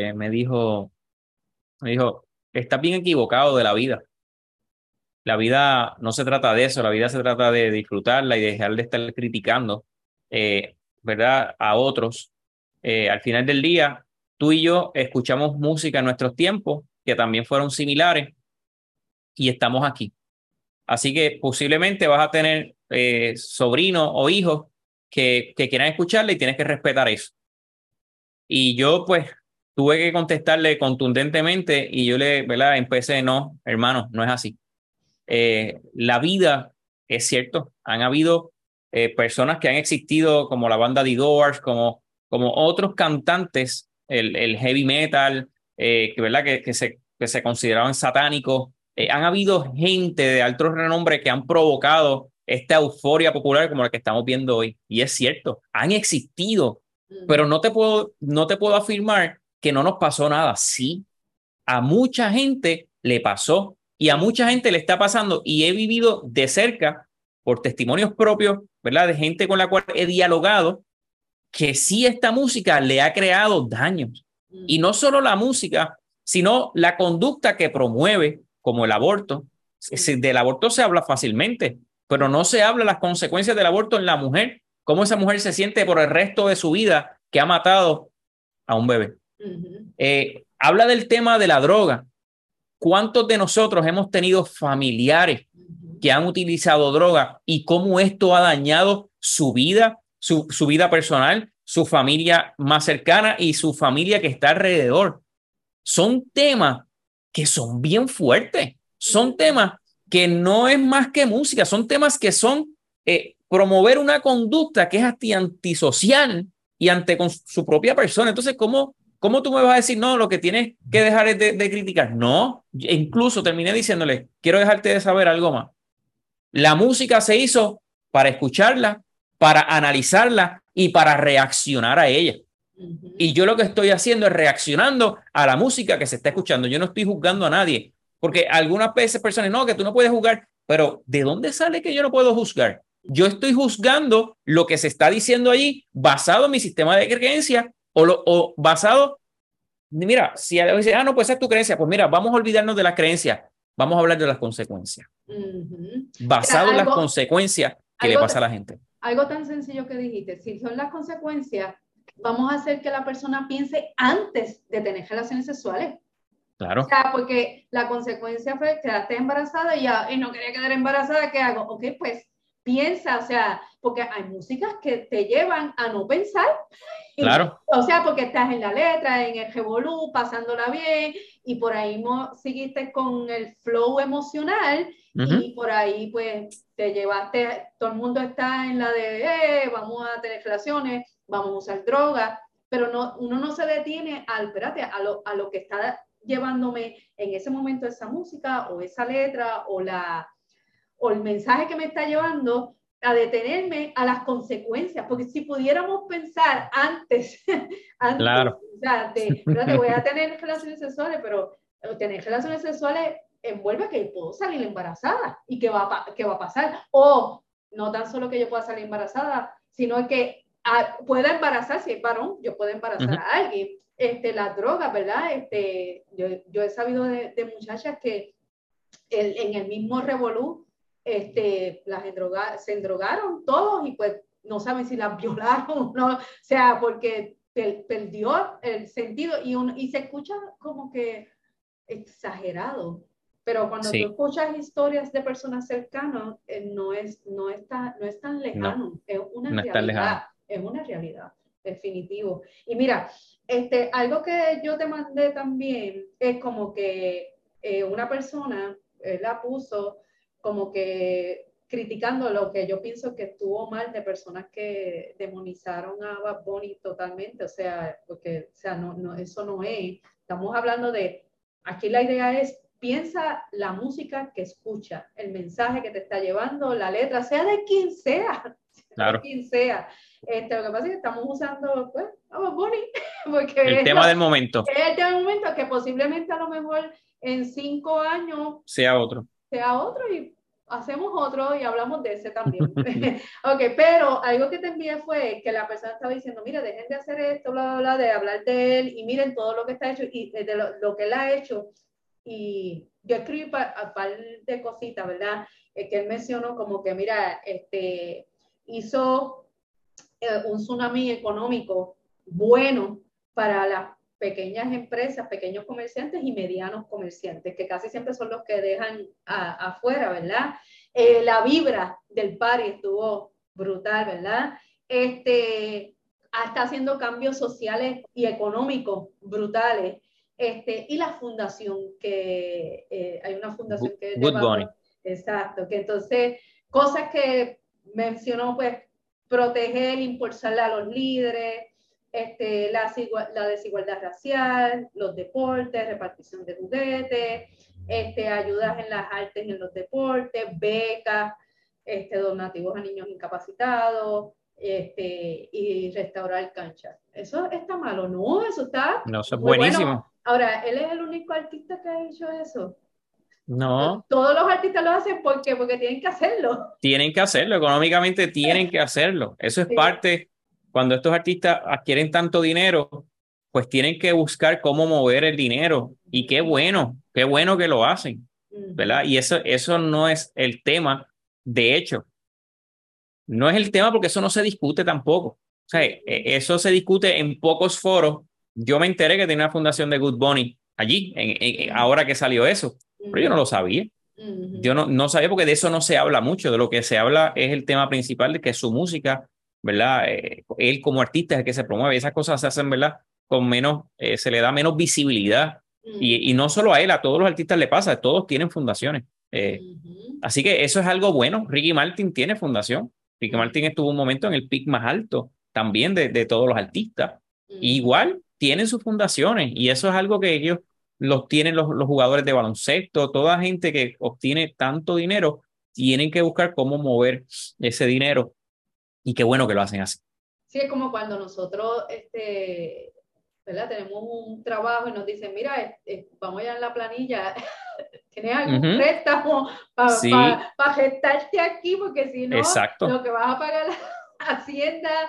me dijo, estás bien equivocado de la vida. La vida no se trata de eso, la vida se trata de disfrutarla y dejar de estar criticando, ¿verdad? A otros. Al final del día, tú y yo escuchamos música en nuestros tiempos que también fueron similares y estamos aquí. Así que posiblemente vas a tener sobrinos o hijos que quieran escucharla y tienes que respetar eso. Y yo pues tuve que contestarle contundentemente y yo ¿verdad? Empecé, no, hermano, no es así. La vida, es cierto, han habido personas que han existido como la banda The Doors, como otros cantantes, el heavy metal, ¿verdad? Que se consideraban satánicos. Han habido gente de alto renombre que han provocado esta euforia popular como la que estamos viendo hoy. Y es cierto, han existido, pero no te puedo afirmar que no nos pasó nada. Sí, a mucha gente le pasó y a mucha gente le está pasando y he vivido de cerca por testimonios propios, ¿verdad? De gente con la cual he dialogado que sí esta música le ha creado daños. Y no solo la música, sino la conducta que promueve, como el aborto. Del aborto se habla fácilmente, pero no se habla las consecuencias del aborto en la mujer, cómo esa mujer se siente por el resto de su vida que ha matado a un bebé. Habla del tema de la droga. ¿Cuántos de nosotros hemos tenido familiares que han utilizado droga y cómo esto ha dañado su vida, su vida personal, su familia más cercana y su familia que está alrededor? Son temas que son bien fuertes, son temas que no es más que música, son temas que son promover una conducta que es antisocial y ante con su propia persona. Entonces, ¿cómo tú me vas a decir, no, lo que tienes que dejar es de criticar? No, incluso terminé diciéndole, quiero dejarte de saber algo más. La música se hizo para escucharla, para analizarla y para reaccionar a ella. Y yo lo que estoy haciendo es reaccionando a la música que se está escuchando. Yo no estoy juzgando a nadie, porque algunas veces personas, no, que tú no puedes juzgar, pero ¿de dónde sale que yo no puedo juzgar? Yo estoy juzgando lo que se está diciendo allí basado en mi sistema de creencia o basado, mira, si dice, no, pues esa es tu creencia, pues mira, vamos a olvidarnos de las creencias, vamos a hablar de las consecuencias, Mira, basado en las consecuencias que le pasa a la gente. Algo tan sencillo que dijiste, si son las consecuencias, vamos a hacer que la persona piense antes de tener relaciones sexuales. Claro. O sea, porque la consecuencia fue quedaste embarazada y no quería quedar embarazada, ¿qué hago? Ok, pues piensa, o sea, porque hay músicas que te llevan a no pensar. Claro. O sea, porque estás en la letra, en el revolú, pasándola bien, y por ahí seguiste con el flow emocional, y por ahí pues te llevaste, todo el mundo está en la de, vamos a tener relaciones, vamos a usar drogas, pero uno no se detiene espérate, a lo que está llevándome en ese momento esa música, o esa letra, o el mensaje que me está llevando, a detenerme a las consecuencias, porque si pudiéramos pensar antes, claro. o sea, te voy a tener relaciones sexuales, pero tener relaciones sexuales envuelve que puedo salir embarazada, y qué va a pasar, o no tan solo que yo pueda salir embarazada, sino que pueda embarazar, si es varón, yo puedo embarazar a alguien. Las drogas, ¿verdad? Yo he sabido de muchachas que en el mismo revolú, se endrogaron todos y pues no saben si las violaron o no, o sea, porque perdió el sentido y se escucha como que exagerado, pero cuando tú escuchas historias de personas cercanas, no es tan lejano, es una realidad, definitivo. Y mira, algo que yo te mandé también es como que una persona la puso como que criticando lo que yo pienso que estuvo mal de personas que demonizaron a Bad Bunny totalmente, o sea, porque, o sea, eso no es, estamos hablando de, aquí la idea es, piensa la música que escucha, el mensaje que te está llevando, la letra, sea de quien sea, claro. de quien sea. Lo que pasa es que estamos usando, pues, a Bad Bunny, porque el tema del momento. Es el tema del momento que posiblemente a lo mejor en 5 años sea otro. Y hacemos otro y hablamos de ese también. Ok, pero algo que te envié fue que la persona estaba diciendo, mira, dejen de hacer esto, bla, bla, bla, de hablar de él y miren todo lo que está hecho y de lo que él ha hecho. Y yo escribí un par de cositas, ¿verdad? Que él mencionó como que, mira, hizo un tsunami económico bueno para las pequeñas empresas, pequeños comerciantes y medianos comerciantes, que casi siempre son los que dejan afuera, ¿verdad? La vibra del party estuvo brutal, ¿verdad? Está haciendo cambios sociales y económicos brutales. Y la fundación, que hay una fundación que es de Good Bunny. valor, exacto, que entonces, cosas que mencionó, pues, proteger, impulsar a los líderes, la desigualdad racial, los deportes, repartición de juguetes, ayudas en las artes y en los deportes, becas, donativos a niños incapacitados, y restaurar canchas. ¿Eso está malo? No, eso está No, eso es muy bueno. buenísimo. Ahora, él es el único artista que ha hecho eso. No, Todos los artistas lo hacen porque tienen que hacerlo. tienen que hacerlo, económicamente tienen que hacerlo. Eso es Sí. parte, cuando estos artistas adquieren tanto dinero, pues tienen que buscar cómo mover el dinero. Y qué bueno que lo hacen, ¿verdad? Y eso no es el tema. De hecho, no es el tema porque eso no se discute tampoco. O sea, eso se discute en pocos foros. Yo me enteré que tenía una fundación de Good Bunny allí, ahora que salió eso, pero yo no lo sabía. Yo no sabía porque de eso no se habla mucho. De lo que se habla es el tema principal de que su música, ¿verdad? Él como artista es el que se promueve. Esas cosas se hacen, ¿verdad? Con menos, se le da menos visibilidad. Y no solo a él, a todos los artistas le pasa, todos tienen fundaciones. Así que eso es algo bueno. Ricky Martin tiene fundación. Ricky Martin estuvo un momento en el pic más alto también de todos los artistas. Igual tienen sus fundaciones y eso es algo que ellos los tienen los jugadores de baloncesto, toda gente que obtiene tanto dinero, tienen que buscar cómo mover ese dinero y qué bueno que lo hacen así. Sí, es como cuando nosotros, ¿verdad? Tenemos un trabajo y nos dicen, mira, vamos allá en la planilla, ¿tienes algún préstamo Sí, para gestarte aquí? Porque si no, exacto. lo que vas a pagar la Hacienda,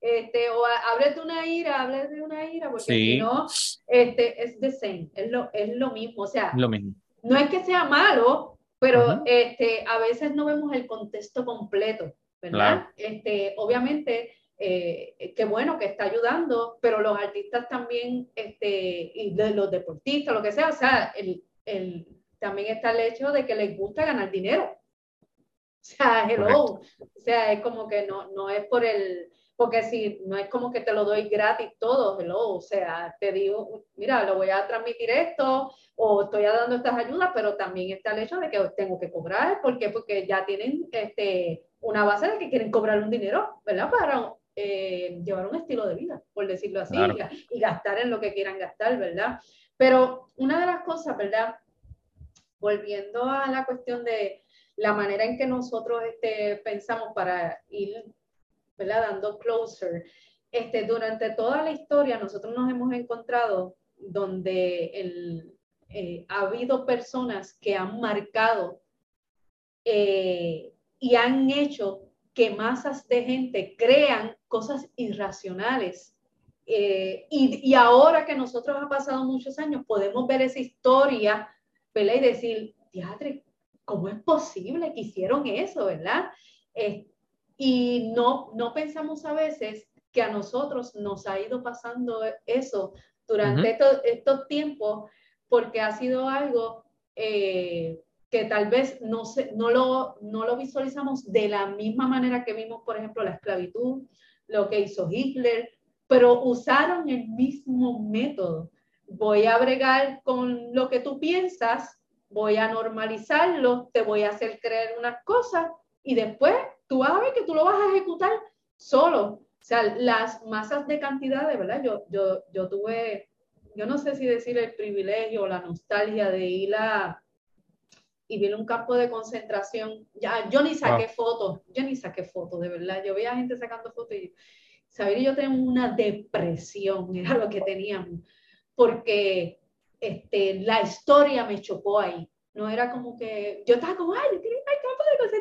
háblate de una ira, porque si Sí, no, es the same, es lo mismo. O sea, lo mismo. no es que sea malo, pero Ujú, a veces no vemos el contexto completo, ¿verdad? claro, Obviamente, qué bueno que está ayudando, pero los artistas también, y los deportistas, lo que sea, o sea, también está el hecho de que les gusta ganar dinero. O sea, hello. correcto. O sea, es como que no es porque si no es como que te lo doy gratis todo, hello. O sea, te digo, mira, lo voy a transmitir esto o estoy dando estas ayudas, pero también está el hecho de que tengo que cobrar. ¿Por qué? Porque ya tienen una base de que quieren cobrar un dinero, ¿verdad? Para llevar un estilo de vida, por decirlo así, Claro. y gastar en lo que quieran gastar, ¿verdad? Pero una de las cosas, ¿verdad? Volviendo a la cuestión de la manera en que nosotros pensamos para ir, ¿verdad? Dando closer. Durante toda la historia nosotros nos hemos encontrado donde ha habido personas que han marcado y han hecho que masas de gente crean cosas irracionales. Y ahora que nosotros ha pasado muchos años, podemos ver esa historia, ¿verdad? Y decir, teatro, ¿cómo es posible que hicieron eso, verdad? Y no pensamos a veces que a nosotros nos ha ido pasando eso durante Ujú, estos tiempos, porque ha sido algo que tal vez no lo visualizamos de la misma manera que vimos, por ejemplo, la esclavitud, lo que hizo Hitler, pero usaron el mismo método. Voy a bregar con lo que tú piensas, voy a normalizarlo, te voy a hacer creer unas cosas y después tú vas a ver que tú lo vas a ejecutar solo. O sea, las masas de cantidades, ¿verdad? Yo tuve, yo no sé si decir el privilegio o la nostalgia de ir y vi un campo de concentración. Ya, yo ni wow. saqué fotos, de verdad. Yo veía gente sacando fotos y Saber y yo tenemos una depresión, era lo que teníamos, porque la historia me chocó ahí. No era como que yo estaba como, ay, yo quiero ir al campo de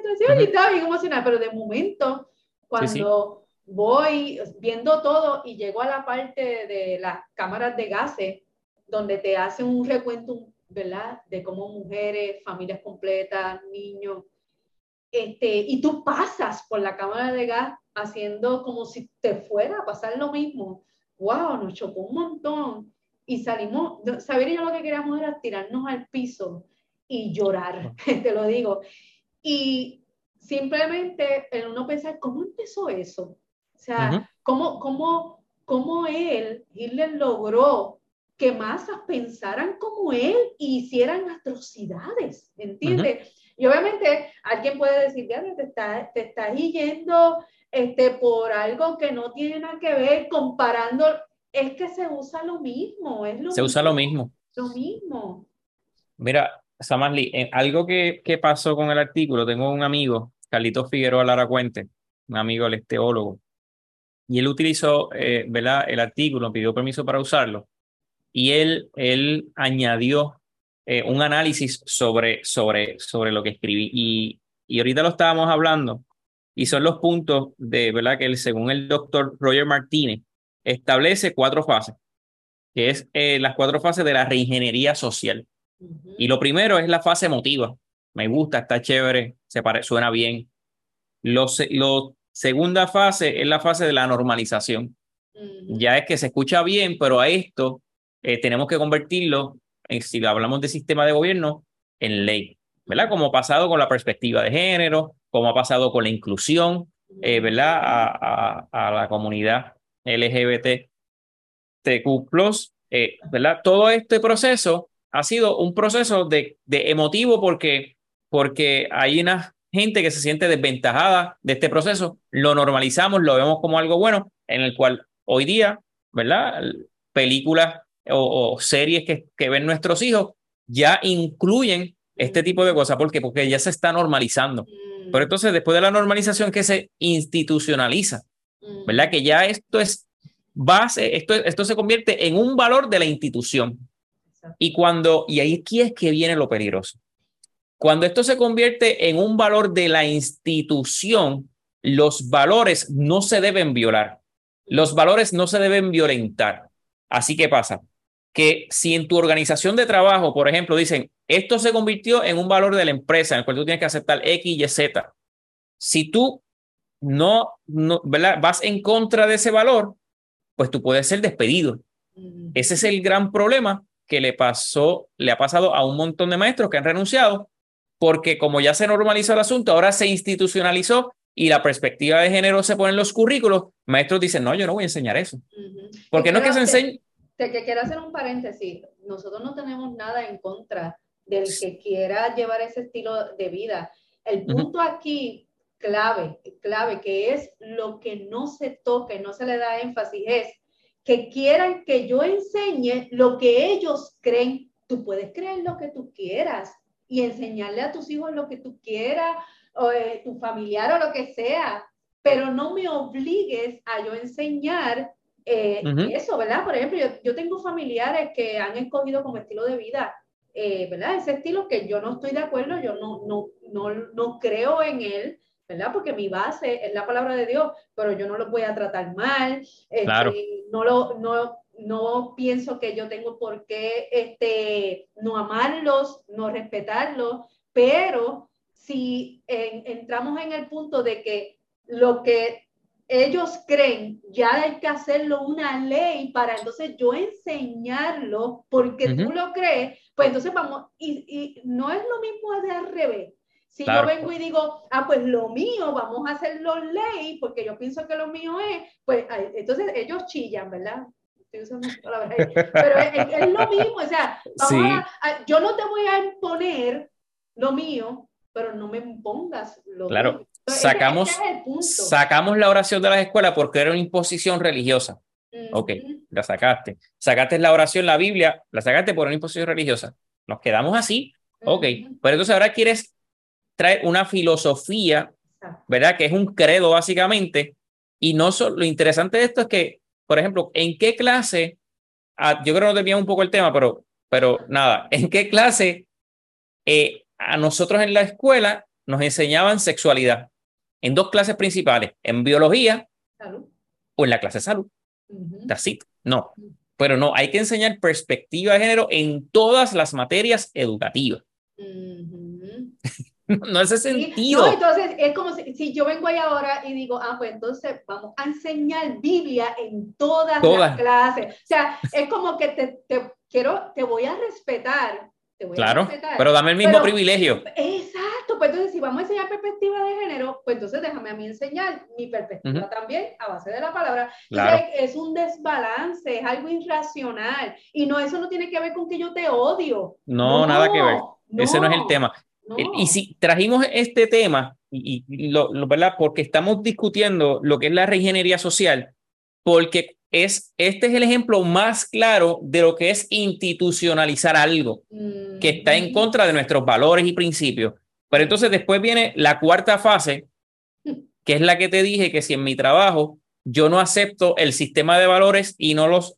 presentación y estaba bien emocionada, pero de momento, cuando voy viendo todo y llego a la parte de las cámaras de gases, donde te hacen un recuento, ¿verdad? De cómo mujeres, familias completas, niños, y tú pasas por la cámara de gas haciendo como si te fuera a pasar lo mismo. ¡Wow! Nos chocó un montón. Y salimos, saber yo lo que queríamos era tirarnos al piso y llorar, te lo digo. Y simplemente en uno pensar, ¿cómo empezó eso? O sea, ¿cómo Hitler logró que masas pensaran como él y hicieran atrocidades? ¿Entiendes? Y obviamente alguien puede decir, ya te estás yendo por algo que no tiene nada que ver, comparando, es que se usa lo mismo, es lo Se mismo, usa lo mismo. lo mismo. Mira, Samarly, algo que pasó con el artículo, tengo un amigo, Carlitos Figueroa Lara Cuente, un amigo, el teólogo, y él utilizó, ¿verdad? El artículo, pidió permiso para usarlo, y él añadió un análisis sobre lo que escribí, y ahorita lo estábamos hablando, y son los puntos de, ¿verdad? Que él, según el doctor Roger Martínez, establece 4 fases, que es las 4 fases de la reingeniería social. Y lo primero es la fase emotiva. Me gusta, está chévere, suena bien. Lo segunda fase es la fase de la normalización. Ya es que se escucha bien, pero a esto tenemos que convertirlo, si hablamos de sistema de gobierno, en ley, ¿verdad? Como ha pasado con la perspectiva de género, como ha pasado con la inclusión, ¿verdad? A la comunidad LGBTQ+, ¿verdad? Todo este proceso ha sido un proceso de emotivo porque hay una gente que se siente desventajada de este proceso, lo normalizamos, lo vemos como algo bueno, en el cual hoy día, ¿verdad? Películas o series que ven nuestros hijos ya incluyen este tipo de cosas. ¿Por qué? Porque ya se está normalizando. Pero entonces, después de la normalización que se institucionaliza, ¿verdad? Que ya esto es base, esto se convierte en un valor de la institución. Y ahí aquí es que viene lo peligroso. Cuando esto se convierte en un valor de la institución, los valores no se deben violar. Los valores no se deben violentar. Así que pasa que si en tu organización de trabajo, por ejemplo, dicen, esto se convirtió en un valor de la empresa en el cual tú tienes que aceptar X, Y, Z. Si tú no, ¿verdad? Vas en contra de ese valor, pues tú puedes ser despedido. Ese es el gran problema que le ha pasado a un montón de maestros que han renunciado, porque como ya se normalizó el asunto, ahora se institucionalizó y la perspectiva de género se pone en los currículos, maestros dicen, no, yo no voy a enseñar eso. Porque no es que se enseñe. Que quiero hacer un paréntesis, nosotros no tenemos nada en contra del que quiera llevar ese estilo de vida. El punto aquí clave, que es lo que no se toca, no se le da énfasis, es que quieran que yo enseñe lo que ellos creen. Tú puedes creer lo que tú quieras y enseñarle a tus hijos lo que tú quieras, o tu familiar o lo que sea, pero no me obligues a yo enseñar eso, ¿verdad? Por ejemplo, yo tengo familiares que han escogido como estilo de vida, ¿verdad? Ese estilo que yo no estoy de acuerdo, yo no creo en él, ¿verdad? Porque mi base es la palabra de Dios, pero yo no los voy a tratar mal, Claro. no pienso que yo tengo por qué no amarlos, no respetarlos, pero si entramos en el punto de que lo que ellos creen, ya hay que hacerlo una ley para entonces yo enseñarlo porque tú lo crees, pues entonces vamos, y no es lo mismo de al revés. Si yo vengo y digo, pues lo mío, vamos a hacerlo ley, porque yo pienso que lo mío es, pues entonces ellos chillan, ¿verdad? Estoy usando palabras ahí, pero es lo mismo, o sea, yo no te voy a imponer lo mío, pero no me impongas lo tuyo. Ese es el punto. Sacamos la oración de las escuelas porque era una imposición religiosa. Ok, la sacaste. Sacaste la oración, la Biblia, la sacaste por una imposición religiosa. Nos quedamos así. Ok, pero entonces ahora quieres traer una filosofía, ¿verdad? Que es un credo básicamente. Y no solo, lo interesante de esto es que, por ejemplo, ¿en qué clase? Yo creo que no desviamos un poco el tema, pero nada, ¿en qué clase a nosotros en la escuela nos enseñaban sexualidad en 2 clases principales, en biología Salud. o en la clase de salud. Ujú. That's it. No, pero no, hay que enseñar perspectiva de género en todas las materias educativas. Ujú. No hace Sí, no, sentido. entonces es como si yo vengo ahí ahora y digo, pues entonces vamos a enseñar Biblia en todas las Todas, clases. O sea, es como que te voy a respetar, claro, pero dame el mismo pero privilegio. exacto, pues entonces si vamos a enseñar perspectiva de género, pues entonces déjame a mí enseñar mi perspectiva también a base de la palabra. Entonces Claro. es un desbalance, es algo irracional y no, eso no tiene que ver con que yo te odio. No, nada que ver. No, Ese no es el no, tema. Y no. si trajimos este tema, ¿verdad? Porque estamos discutiendo lo que es la reingeniería social, porque este es el ejemplo más claro de lo que es institucionalizar algo que está en contra de nuestros valores y principios. Pero entonces después viene la cuarta fase, que es la que te dije que si en mi trabajo yo no acepto el sistema de valores y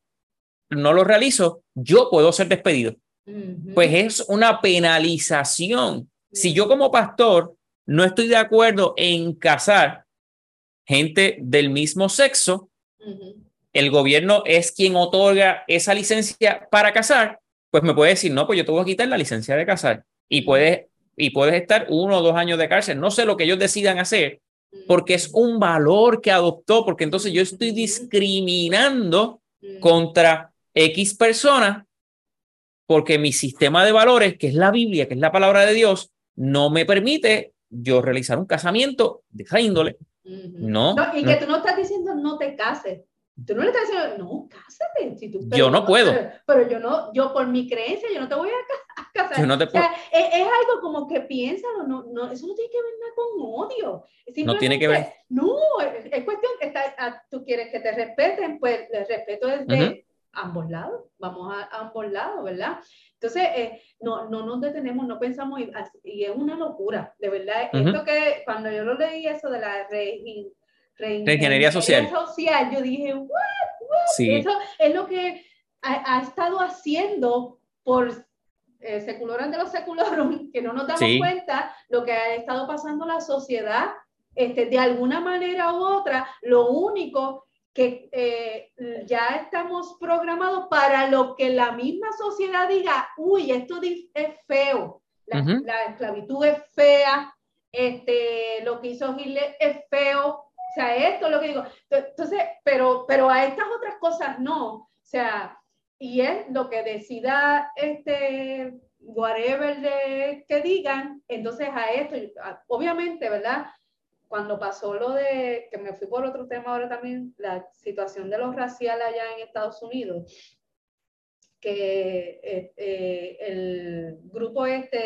no los realizo, yo puedo ser despedido. Pues es una penalización. Si yo como pastor no estoy de acuerdo en casar gente del mismo sexo, el gobierno es quien otorga esa licencia para casar, pues me puede decir, no, pues yo te voy a quitar la licencia de casar y puedes estar 1 o 2 años de cárcel. No sé lo que ellos decidan hacer, porque es un valor que adoptó, porque entonces yo estoy discriminando contra X persona porque mi sistema de valores, que es la Biblia, que es la palabra de Dios, no me permite yo realizar un casamiento de esa índole. No, y que tú no estás diciendo no te cases. Tú no le estás diciendo, no, cásate. Si tú, yo no puedo. Pero yo no, yo por mi creencia, yo no te voy a casar. Yo no te o sea, puedo. es algo como que piénsalo, no, eso no tiene que ver nada con odio. No tiene que ver. Simplemente, no, es cuestión que tú quieres que te respeten, pues el respeto es de ambos lados. Vamos a ambos lados, ¿verdad? Entonces, no nos detenemos, no pensamos, y es una locura, de verdad. Esto que cuando yo lo leí, eso de la Reingeniería social. yo dije, what? Sí. Eso es lo que ha estado haciendo por seculorum de los seculorum, que no nos damos cuenta lo que ha estado pasando la sociedad, de alguna manera u otra, lo único que ya estamos programados para lo que la misma sociedad diga, uy, esto es feo, la esclavitud es fea, lo que hizo Hitler es feo, o sea, esto es lo que digo. Entonces, pero a estas otras cosas no, o sea, y es lo que decida whatever que digan, entonces a esto, obviamente, ¿verdad? Cuando pasó lo de, que me fui por otro tema ahora también, la situación de lo racial allá en Estados Unidos, que el grupo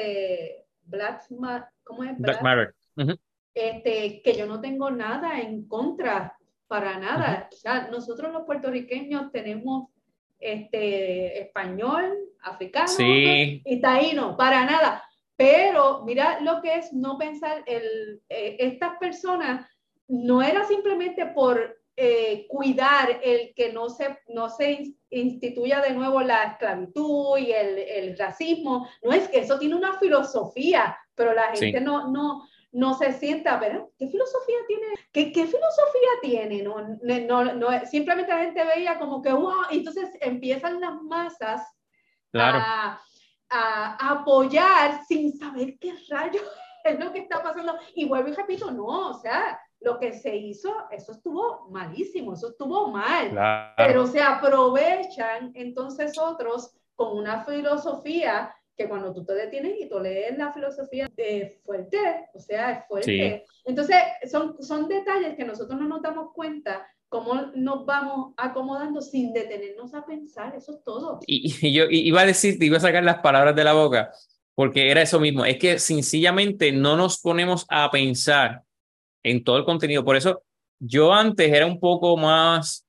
¿cómo es? Black Matter. Que yo no tengo nada en contra, para nada. O sea, nosotros los puertorriqueños tenemos español, africano y taíno, para nada. Pero mira lo que es no pensar, estas personas no era simplemente por cuidar el que no se instituya de nuevo la esclavitud y el racismo, no es que eso tiene una filosofía, pero la gente no se sienta, ¿verdad? ¿Qué filosofía tiene? ¿Qué filosofía tiene? No, simplemente la gente veía como que, wow, entonces empiezan las masas a apoyar sin saber qué rayos es lo que está pasando. Y vuelvo y repito, no, o sea, lo que se hizo, eso estuvo malísimo, eso estuvo mal. Claro. Pero se aprovechan entonces otros con una filosofía que cuando tú te detienes y tú lees la filosofía fuerte, o sea, es fuerte. Sí. Entonces, son detalles que nosotros no nos damos cuenta cómo nos vamos acomodando sin detenernos a pensar, eso es todo. Y yo iba a decir, te iba a sacar las palabras de la boca, porque era eso mismo, es que sencillamente no nos ponemos a pensar en todo el contenido. Por eso yo antes era un poco más,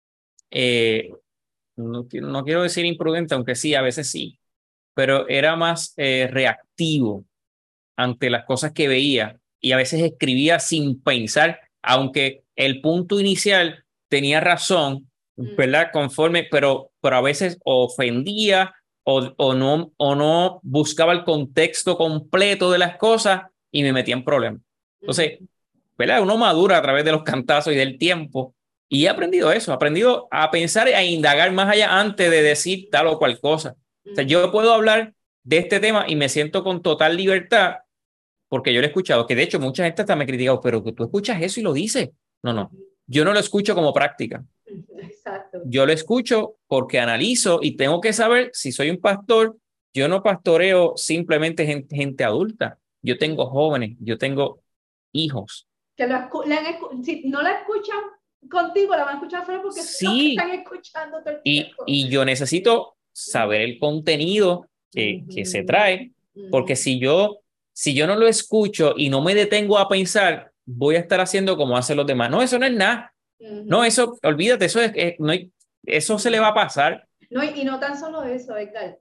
no quiero decir imprudente, aunque sí, a veces sí, pero era más reactivo ante las cosas que veía y a veces escribía sin pensar, aunque el punto inicial tenía razón, ¿verdad? Conforme, pero a veces ofendía o no buscaba el contexto completo de las cosas y me metía en problemas. Entonces, Ujú. ¿verdad? Uno madura a través de los cantazos y del tiempo. Y he aprendido eso, he aprendido a pensar y a indagar más allá antes de decir tal o cual cosa. O sea, yo puedo hablar de este tema y me siento con total libertad porque yo lo he escuchado, que de hecho mucha gente hasta me ha criticado, pero que tú escuchas eso y lo dices. No, no, Ujú. yo no lo escucho como práctica. Exacto. Yo lo escucho porque analizo y tengo que saber si soy un pastor. Yo no pastoreo simplemente gente adulta. Yo tengo jóvenes, yo tengo hijos. Que si no la escuchan contigo, la van a escuchar afuera porque son los que Sí, están escuchando todo el tiempo. y yo necesito saber el contenido que se Ujú, trae, porque ujú, si yo no lo escucho y no me detengo a pensar, voy a estar haciendo como hacen los demás. No, eso no es nada. No, ujú, eso, olvídate, eso no eso se le va a pasar. no, y no tan solo eso, Edgar.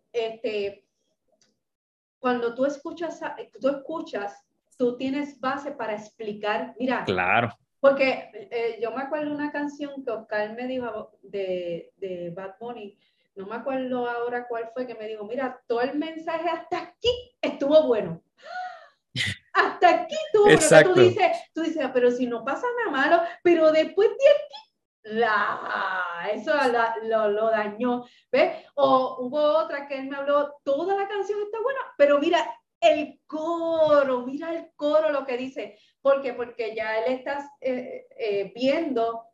Cuando tú escuchas, tú tienes base para explicar. Mira, Claro. porque yo me acuerdo de una canción que Oscar me dijo de Bad Bunny, no me acuerdo ahora cuál fue, que me dijo, mira, todo el mensaje hasta aquí estuvo bueno. Hasta aquí estuvo bueno, que Exacto. tú dices, pero si no pasa nada malo, pero después de eso lo dañó, ¿ves? O hubo otra que él me habló, toda la canción está buena, pero mira el coro lo que dice. ¿Por qué? Porque ya él está viendo,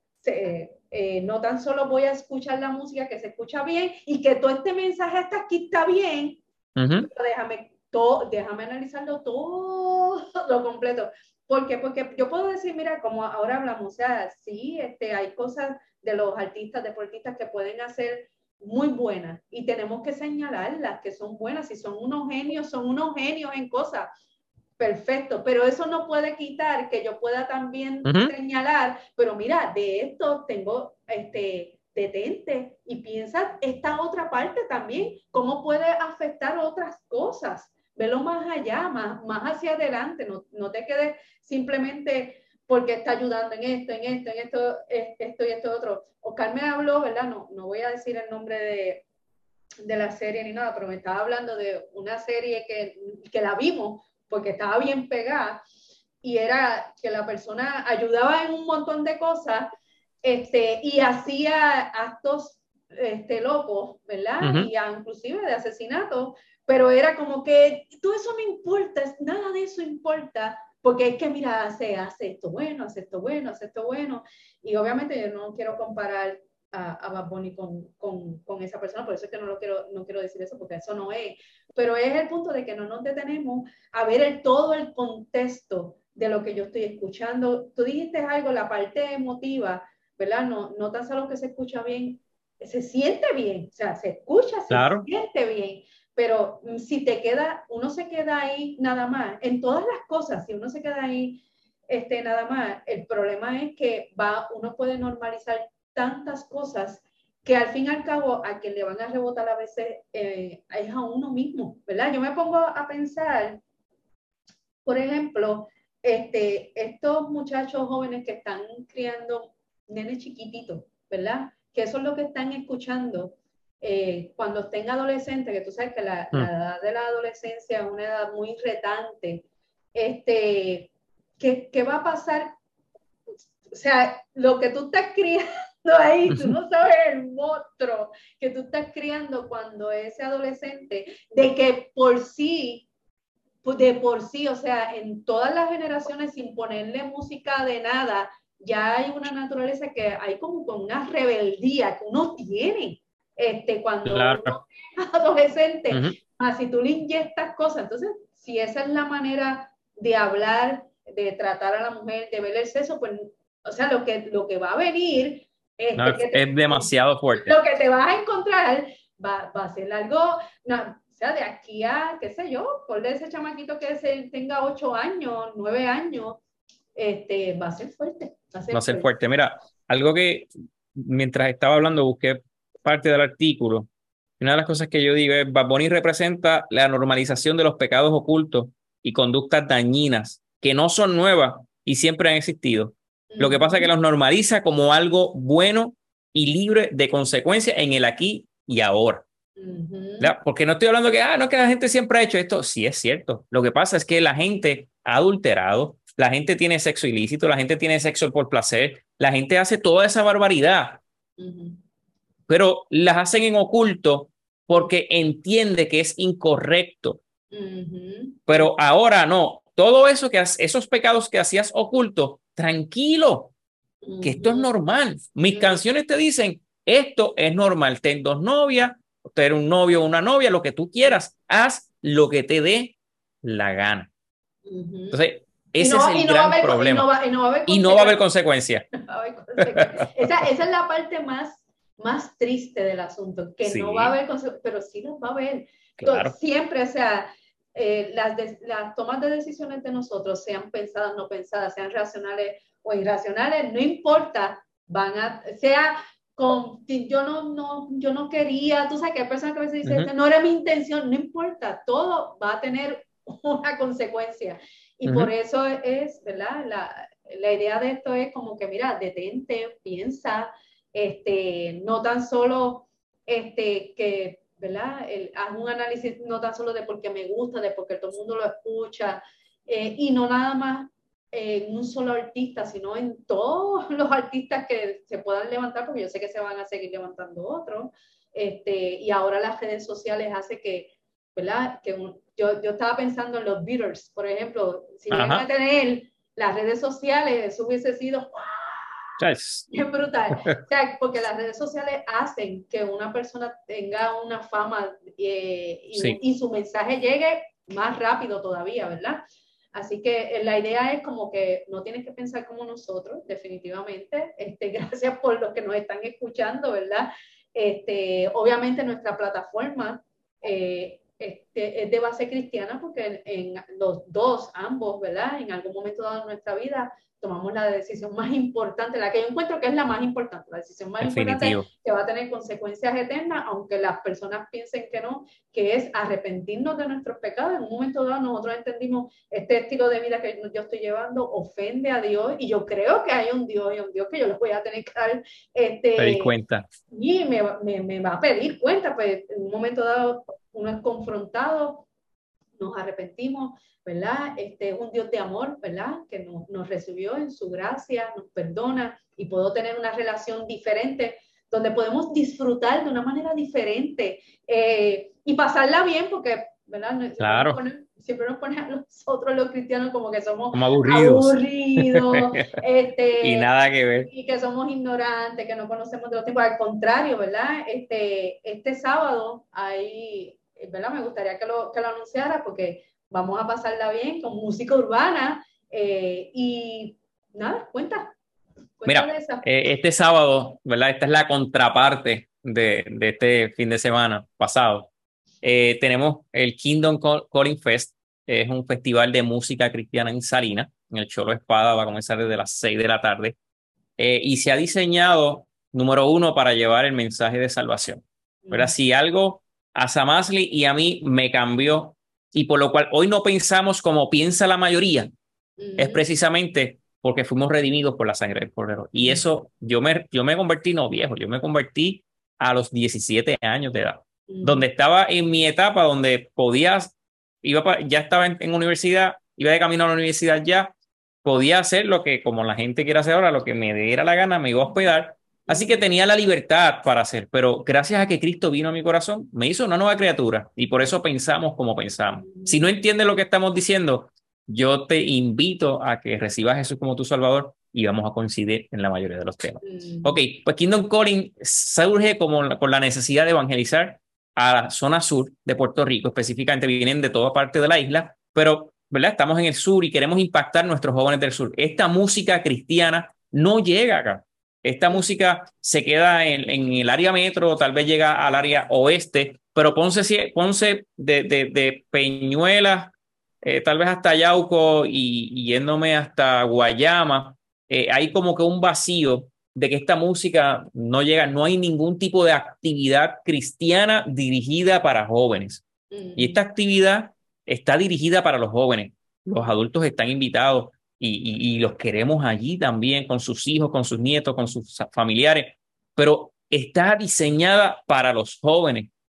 no tan solo voy a escuchar la música que se escucha bien y que todo este mensaje hasta aquí está bien, Ujú. pero déjame analizarlo todo lo completo. ¿Por qué? Porque yo puedo decir, mira, como ahora hablamos, o sea, sí, hay cosas de los artistas, deportistas que pueden hacer muy buenas y tenemos que señalarlas que son buenas. Si son unos genios en cosas. Perfecto, pero eso no puede quitar que yo pueda también Ujú. señalar, pero mira, de esto tengo detente y piensa esta otra parte también, cómo puede afectar otras cosas. Velo más allá, más hacia adelante, no te quedes simplemente porque está ayudando esto y esto otro. Oscar me habló, ¿verdad? No voy a decir el nombre de la serie ni nada, pero me estaba hablando de una serie que la vimos porque estaba bien pegada y era que la persona ayudaba en un montón de cosas y hacía actos locos, ¿verdad? Ujú. Y inclusive de asesinato, pero era como que todo eso no importa, nada de eso importa, porque es que mira, hace esto bueno, hace esto bueno, hace esto bueno, y obviamente yo no quiero comparar a Bad Bunny con esa persona, por eso es que no quiero decir eso, porque eso no es, pero es el punto de que no nos detenemos a ver todo el contexto de lo que yo estoy escuchando. Tú dijiste algo, la parte emotiva, ¿verdad? No tan solo que se escucha bien, se siente bien, o sea, se escucha, se Claro. siente bien, pero si uno se queda ahí nada más, en todas las cosas, si uno se queda ahí nada más, el problema es que uno puede normalizar tantas cosas que al fin y al cabo a quien le van a rebotar a veces es a uno mismo, ¿verdad? Yo me pongo a pensar, por ejemplo, estos muchachos jóvenes que están criando nenes chiquititos, ¿verdad? Que eso es lo que están escuchando cuando estén adolescentes, que tú sabes que la Mm. edad de la adolescencia es una edad muy retante. ¿Qué va a pasar? O sea, lo que tú estás criando ahí, tú no sabes el monstruo que tú estás criando cuando ese adolescente, de por sí, o sea, en todas las generaciones, sin ponerle música de nada, ya hay una naturaleza que hay como con una rebeldía que uno tiene cuando uno Claro. es adolescente, Ujú. si tú le inyectas cosas, entonces, si esa es la manera de hablar, de tratar a la mujer, de ver el sexo, pues, o sea, lo que va a venir, No, es demasiado fuerte. lo que te vas a encontrar va a ser algo, no, o sea, de aquí a, qué sé yo, por de ese chamaquito que tenga 8 años, 9 años, va a ser fuerte, va a Va a ser ser fuerte. fuerte. Mira, algo que mientras estaba hablando busqué parte del artículo. Una de las cosas que yo digo es, Bad Bunny representa la normalización de los pecados ocultos y conductas dañinas que no son nuevas y siempre han existido. Lo que pasa es que Uh-huh. los normaliza como algo bueno y libre de consecuencias en el aquí y ahora. Ujú, ¿verdad? Porque no estoy hablando que, no, que la gente siempre ha hecho esto. Sí, es cierto. Lo que pasa es que la gente ha adulterado, la gente tiene sexo ilícito, la gente tiene sexo por placer, la gente hace toda esa barbaridad, ujú, pero las hacen en oculto porque entiende que es incorrecto. ujú, Pero ahora no. Todo eso esos pecados que hacías oculto, tranquilo, que esto es ujú, normal. Mis ujú, canciones te dicen, esto es normal. Ten dos novias, tener un novio o una novia, lo que tú quieras. Haz lo que te dé la gana. ujú. Entonces, ese es el gran problema. Y no va a haber Y no va a haber consecuencias. consecuencias. No va a haber consecuencias. Esa es la parte más triste del asunto, que no va a Sí, haber consecuencias, pero sí las va a haber. claro. Siempre, o sea, las tomas de decisiones de nosotros, sean pensadas, no pensadas, sean racionales o irracionales, no importa, sea yo no quería, tú sabes que hay personas que a veces dicen, Ujú, no era mi intención, no importa, todo va a tener una consecuencia. Y por ujú, eso es, ¿verdad? La idea de esto es como que, mira, detente, piensa, no tan solo que, ¿verdad? Haz un análisis no tan solo de porque me gusta, de porque todo el mundo lo escucha, y no nada más en un solo artista, sino en todos los artistas que se puedan levantar, porque yo sé que se van a seguir levantando otros, y ahora las redes sociales hace que, ¿verdad? Yo estaba pensando en los Beatles, por ejemplo, si llegan a ajá. tener las redes sociales, eso hubiese sido ¿Sabes? bien brutal. O sea, porque las redes sociales hacen que una persona tenga una fama Sí, y su mensaje llegue más rápido todavía, ¿verdad? Así que la idea es como que no tienes que pensar como nosotros, definitivamente. Gracias por los que nos están escuchando, ¿verdad? Obviamente nuestra plataforma es de base cristiana porque los dos, ambos, ¿verdad? En algún momento dado de nuestra vida tomamos la decisión más importante, la que yo encuentro que es la más importante, la decisión más importante definitivo. que va a tener consecuencias eternas, aunque las personas piensen que no, que es arrepentirnos de nuestros pecados. En un momento dado nosotros entendimos este estilo de vida que yo estoy llevando ofende a Dios y yo creo que hay un Dios y un Dios que yo les voy a tener que dar Me di este, cuenta. y me va a pedir cuenta, pues en un momento dado uno es confrontado, nos arrepentimos, ¿verdad? Un Dios de amor, ¿verdad? Que nos recibió en su gracia, nos perdona y puedo tener una relación diferente donde podemos disfrutar de una manera diferente y pasarla bien porque, ¿verdad? Claro, Siempre nos ponen a nosotros los cristianos como que somos como aburridos. aburridos, Y nada que ver. y que somos ignorantes, que no conocemos de los tiempos. Al contrario, ¿verdad? Este sábado hay, ¿verdad? Me gustaría que lo anunciara porque vamos a pasarla bien con música urbana y nada, cuenta Mira, de esa. este sábado, ¿verdad? Esta es la contraparte de este fin de semana pasado. Tenemos el Calling Fest, es un festival de música cristiana en Salinas, en el Cholo Espada, va a comenzar desde las 6 de la tarde, y se ha diseñado, número uno, para llevar el mensaje de salvación. ¿Verdad? Mm, Si algo a Samasli y a mí me cambió, y por lo cual hoy no pensamos como piensa la mayoría, es mm, precisamente porque fuimos redimidos por la sangre del Cordero. Y mm, eso, yo me convertí no viejo, yo me convertí a los 17 años de edad, donde mm, estaba en mi etapa donde podías, ya estaba en universidad, iba de camino a la universidad ya, podía hacer lo que, como la gente quiere hacer ahora, lo que me diera la gana, me iba a hospedar. Así que mm, tenía la libertad para hacer, pero gracias a que Cristo vino a mi corazón, me hizo una nueva criatura y por eso pensamos como pensamos. Si no mm, entiendes lo que estamos diciendo, yo te invito a que recibas a Jesús como tu Salvador y vamos a coincidir en la mayoría de los temas. Ok, mm, pues Kingdom Calling surge como con la necesidad de evangelizar a la zona sur de Puerto Rico, específicamente vienen de toda parte de la isla, pero ¿verdad? Estamos en el sur y queremos impactar a nuestros jóvenes del sur. Esta música cristiana no llega acá. Esta mm, música se queda en el área metro, tal vez llega al área oeste, pero Ponce de Peñuelas tal vez hasta Yauco y yéndome hasta Guayama, hay como que un vacío de que esta música no llega, no hay ningún tipo de actividad cristiana dirigida para jóvenes. Y esta mm, actividad está dirigida para los jóvenes. Los mm, adultos están invitados y los queremos allí también, con sus hijos, con sus nietos, con sus familiares, pero está diseñada para los jóvenes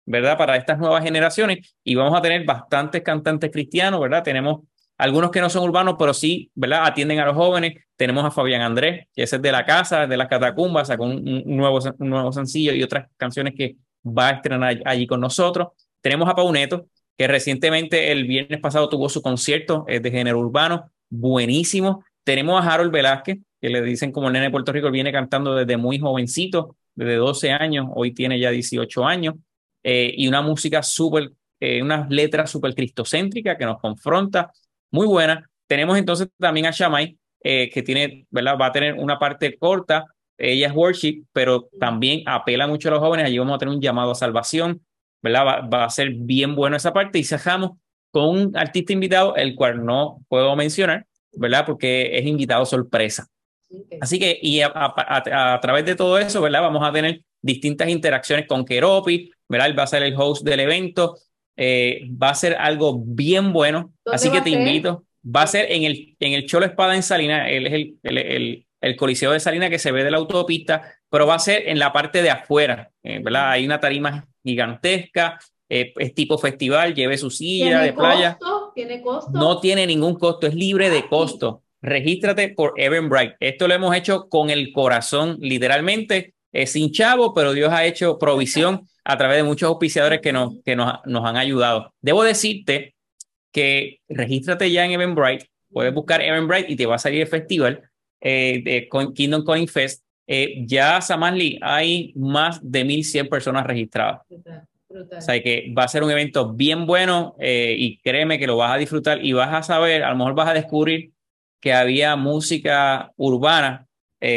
¿verdad? Para estas nuevas generaciones y vamos a tener bastantes cantantes cristianos, ¿verdad? Tenemos algunos que no son urbanos, pero sí, ¿verdad? Atienden a los jóvenes. Tenemos a Fabián Andrés, que ese es de la casa, de las catacumbas, sacó un nuevo sencillo y otras canciones que va a estrenar allí con nosotros. Tenemos a Pauneto, que recientemente el viernes pasado tuvo su concierto de género urbano, buenísimo. Tenemos a Harold Velázquez, que le dicen como el nene de Puerto Rico, viene cantando desde muy jovencito, desde 12 años, hoy tiene ya 18 años, y una música súper, unas letras súper cristocéntricas que nos confronta, muy buena. Tenemos entonces también a Shamay, que tiene, ¿verdad? Va a tener una parte corta, ella es worship, pero también apela mucho a los jóvenes, allí vamos a tener un llamado a salvación, ¿verdad? Va a ser bien bueno esa parte y cerramos con un artista invitado, el cual no puedo mencionar, ¿verdad? Porque es invitado sorpresa. Okay. Así que, y a través de todo eso, ¿verdad? Vamos a tener distintas interacciones con Keropi, ¿verdad? Él va a ser el host del evento, va a ser algo bien bueno, ¿Dónde así va que a te ser? invito. Va a ser en el Cholo Espada en Salina, él es el Coliseo de Salina que se ve de la autopista, pero va a ser en la parte de afuera, ¿verdad? Hay una tarima gigantesca, es tipo festival, lleve su silla de ¿Tiene playa. costo? ¿Tiene No costo? tiene ningún costo, es libre de Gratis. costo. Regístrate por Eventbrite. Esto lo hemos hecho con el corazón, literalmente, sin chavo, pero Dios ha hecho provisión a través de muchos auspiciadores nos han ayudado. Debo decirte que regístrate ya en Eventbrite, puedes buscar Eventbrite y te va a salir el festival de Kingdom Coin Fest. Ya, Samanli, hay más de 1,100 personas registradas. Brutal, O brutal. sea que va a ser un evento bien bueno y créeme que lo vas a disfrutar y vas a saber, a lo mejor vas a descubrir que había música urbana,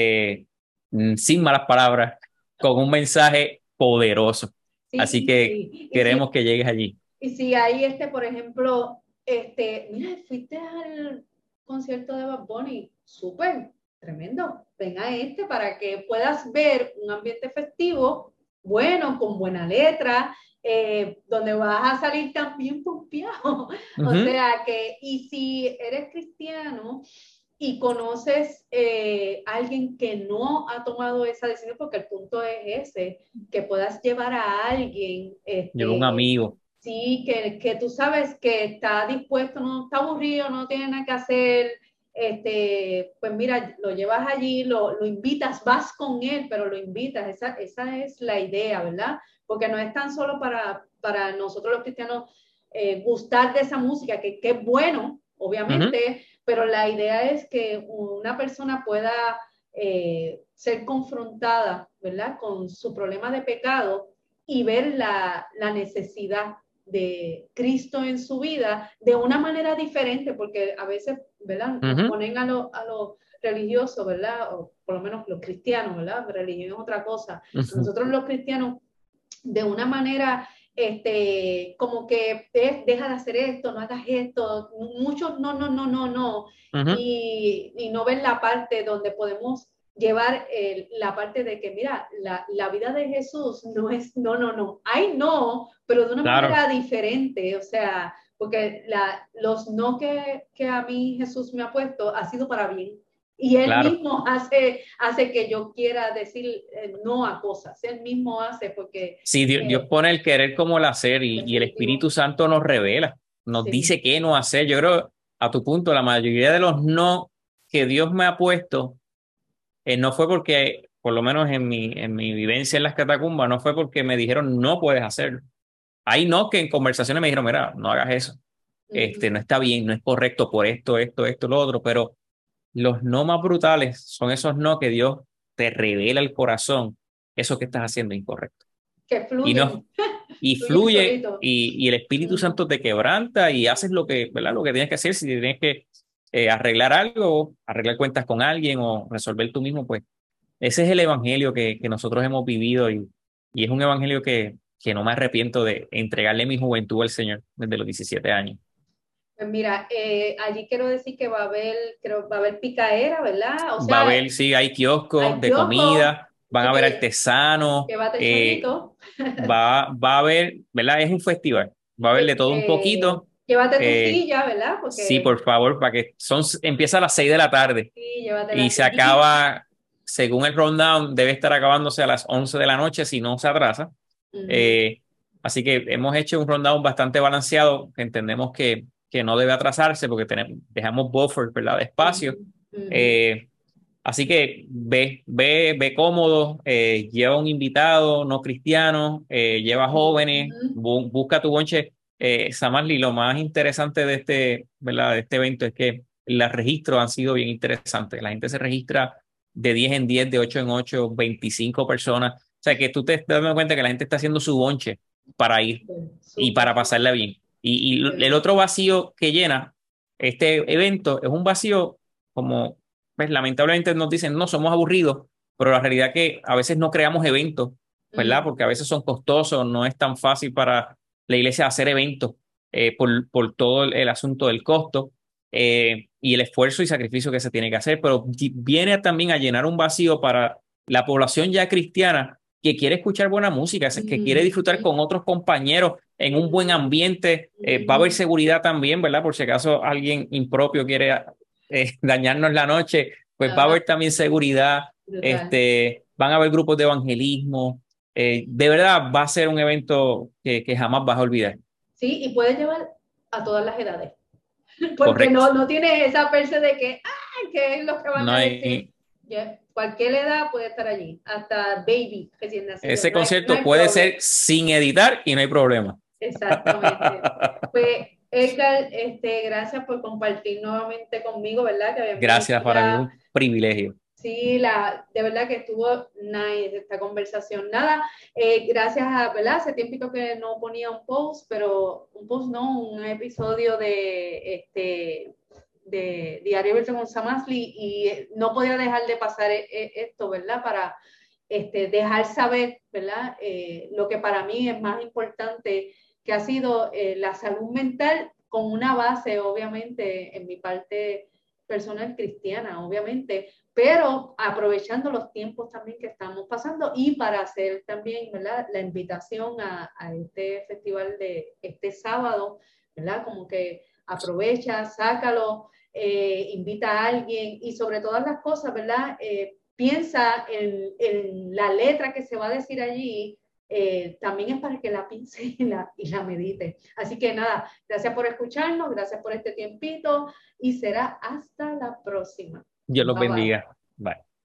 sin malas palabras, con un mensaje poderoso. Así Sí, que sí. queremos que llegues allí. Y si hay por ejemplo, mira, fuiste al concierto de Bad Bunny, súper, tremendo. Ven a para que puedas ver un ambiente festivo, bueno, con buena letra, donde vas a salir también pompeado. O Ujú. sea que, y si eres cristiano y conoces a alguien que no ha tomado esa decisión, porque el punto es ese, que puedas llevar a alguien, Llegó un amigo. sí, que tú sabes que está dispuesto, no está aburrido, no tiene nada que hacer, pues mira, lo llevas allí, lo invitas, vas con él, pero lo invitas, esa es la idea, ¿verdad? Porque no es tan solo para nosotros los cristianos gustar de esa música, que es bueno, Ujú. obviamente, pero la idea es que una persona pueda ser confrontada, ¿verdad? Con su problema de pecado y ver la necesidad de Cristo en su vida de una manera diferente, porque a veces, ¿verdad? Nos Ujú. ponen a los religiosos, ¿verdad? O por lo menos los cristianos, ¿verdad? Religión es otra cosa. Ujú. Nosotros los cristianos, de una manera, como que deja de hacer esto, no hagas esto, muchos no, no, no, no, no, Ujú. y no ven la parte donde podemos llevar la parte de que, mira, la vida de Jesús no es, no, no, no, hay no, pero de una Claro, manera diferente, o sea, porque los no que a mí Jesús me ha puesto ha sido para bien. Y él claro. mismo hace que yo quiera decir no a cosas. Él mismo hace porque Sí, Dios pone el querer como el hacer y el Espíritu definitivo, Santo nos revela, nos sí. dice qué no hacer. Yo creo, a tu punto, la mayoría de los no que Dios me ha puesto, no fue porque, por lo menos en mi vivencia en las catacumbas, no fue porque me dijeron no puedes hacerlo. Hay no que en conversaciones me dijeron, mira, no hagas eso. No Ujú. está bien, no es correcto por esto, lo otro, pero los no más brutales son esos no que Dios te revela el corazón, eso que estás haciendo es incorrecto. Que Y no, fluyen, y fluyen fluye solito. y el Espíritu Ujú. Santo te quebranta y haces lo que, ¿verdad? Lo que tienes que hacer. Si tienes que arreglar algo, arreglar cuentas con alguien o resolver tú mismo, pues ese es el evangelio que nosotros hemos vivido y es un evangelio que no me arrepiento de entregarle mi juventud al Señor desde los 17 años. Pues mira, allí quiero decir que creo, va a haber picaera, ¿verdad? O Va a sea, haber, sí, hay kioscos hay de kioscos comida, van a y haber artesanos, que va a estar chulito. va a haber, ¿verdad? Es un festival, va a haber de todo un poquito. Llévate tu Eh, silla, ¿verdad? Sí, Porque por favor, para que empieza a las 6 de la tarde sí, llévate y la se sillita. acaba, según el rundown, debe estar acabándose a las 11 de la noche si no se atrasa. Ujú. Eh, Así que hemos hecho un rundown bastante balanceado, que entendemos que no debe atrasarse porque dejamos buffer, ¿verdad? De espacio. Eh, Así que ve cómodo, lleva un invitado no cristiano, lleva jóvenes, busca tu bonche. Samarli, lo más interesante de este, ¿verdad? De este evento es que los registros han sido bien interesantes. La gente se registra de 10 en 10, de 8 en 8, 25 personas. O sea que tú te estás dando cuenta que la gente está haciendo su bonche para ir y Súper, para pasarla bien. Y el súper. otro vacío que llena este evento es un vacío como pues lamentablemente nos dicen, no, somos aburridos, pero la realidad es que a veces no creamos eventos, ¿verdad? Porque a veces son costosos, no es tan fácil para la iglesia hacer eventos por todo el asunto del costo y el esfuerzo y sacrificio que se tiene que hacer, pero viene también a llenar un vacío para la población ya cristiana que quiere escuchar buena música, que quiere disfrutar con otros compañeros en un buen ambiente. Va a haber seguridad también, ¿verdad? Por si acaso alguien impropio quiere dañarnos la noche, pues va a Ah, haber también seguridad, brutal. van a haber grupos de evangelismo, de verdad va a ser un evento que jamás vas a olvidar. Sí, y puedes llevar a todas las edades, porque Correcto. no tienes esa perse de que, ¡ay! ¿Qué es lo que van No a decir? hay, Cualquier edad puede estar allí, hasta baby recién nacido, ese no concierto hay puede problema. ser sin editar y no hay problema. Exactamente. Pues, Edgar, gracias por compartir nuevamente conmigo, ¿verdad? Que habíamos hecho Gracias, para mí es un privilegio. sí, de verdad que estuvo nice esta conversación. Nada, gracias a, ¿verdad? Hace tiempito que no ponía un post, pero un post no, un episodio de Diario Abierto con Samasli y no podía dejar de pasar esto, ¿verdad? Para dejar saber, ¿verdad? Lo que para mí es más importante, que ha sido la salud mental con una base, obviamente, en mi parte personal cristiana, obviamente, pero aprovechando los tiempos también que estamos pasando y para hacer también, ¿verdad? La invitación a este festival de este sábado, ¿verdad? Como que aprovecha, sácalo, invita a alguien y sobre todas las cosas, ¿verdad? Piensa en la letra que se va a decir allí, también es para que la piense y la medite. Así que nada, gracias por escucharnos, gracias por este tiempito y será hasta la próxima. Dios los Bye bye. bendiga. Bye.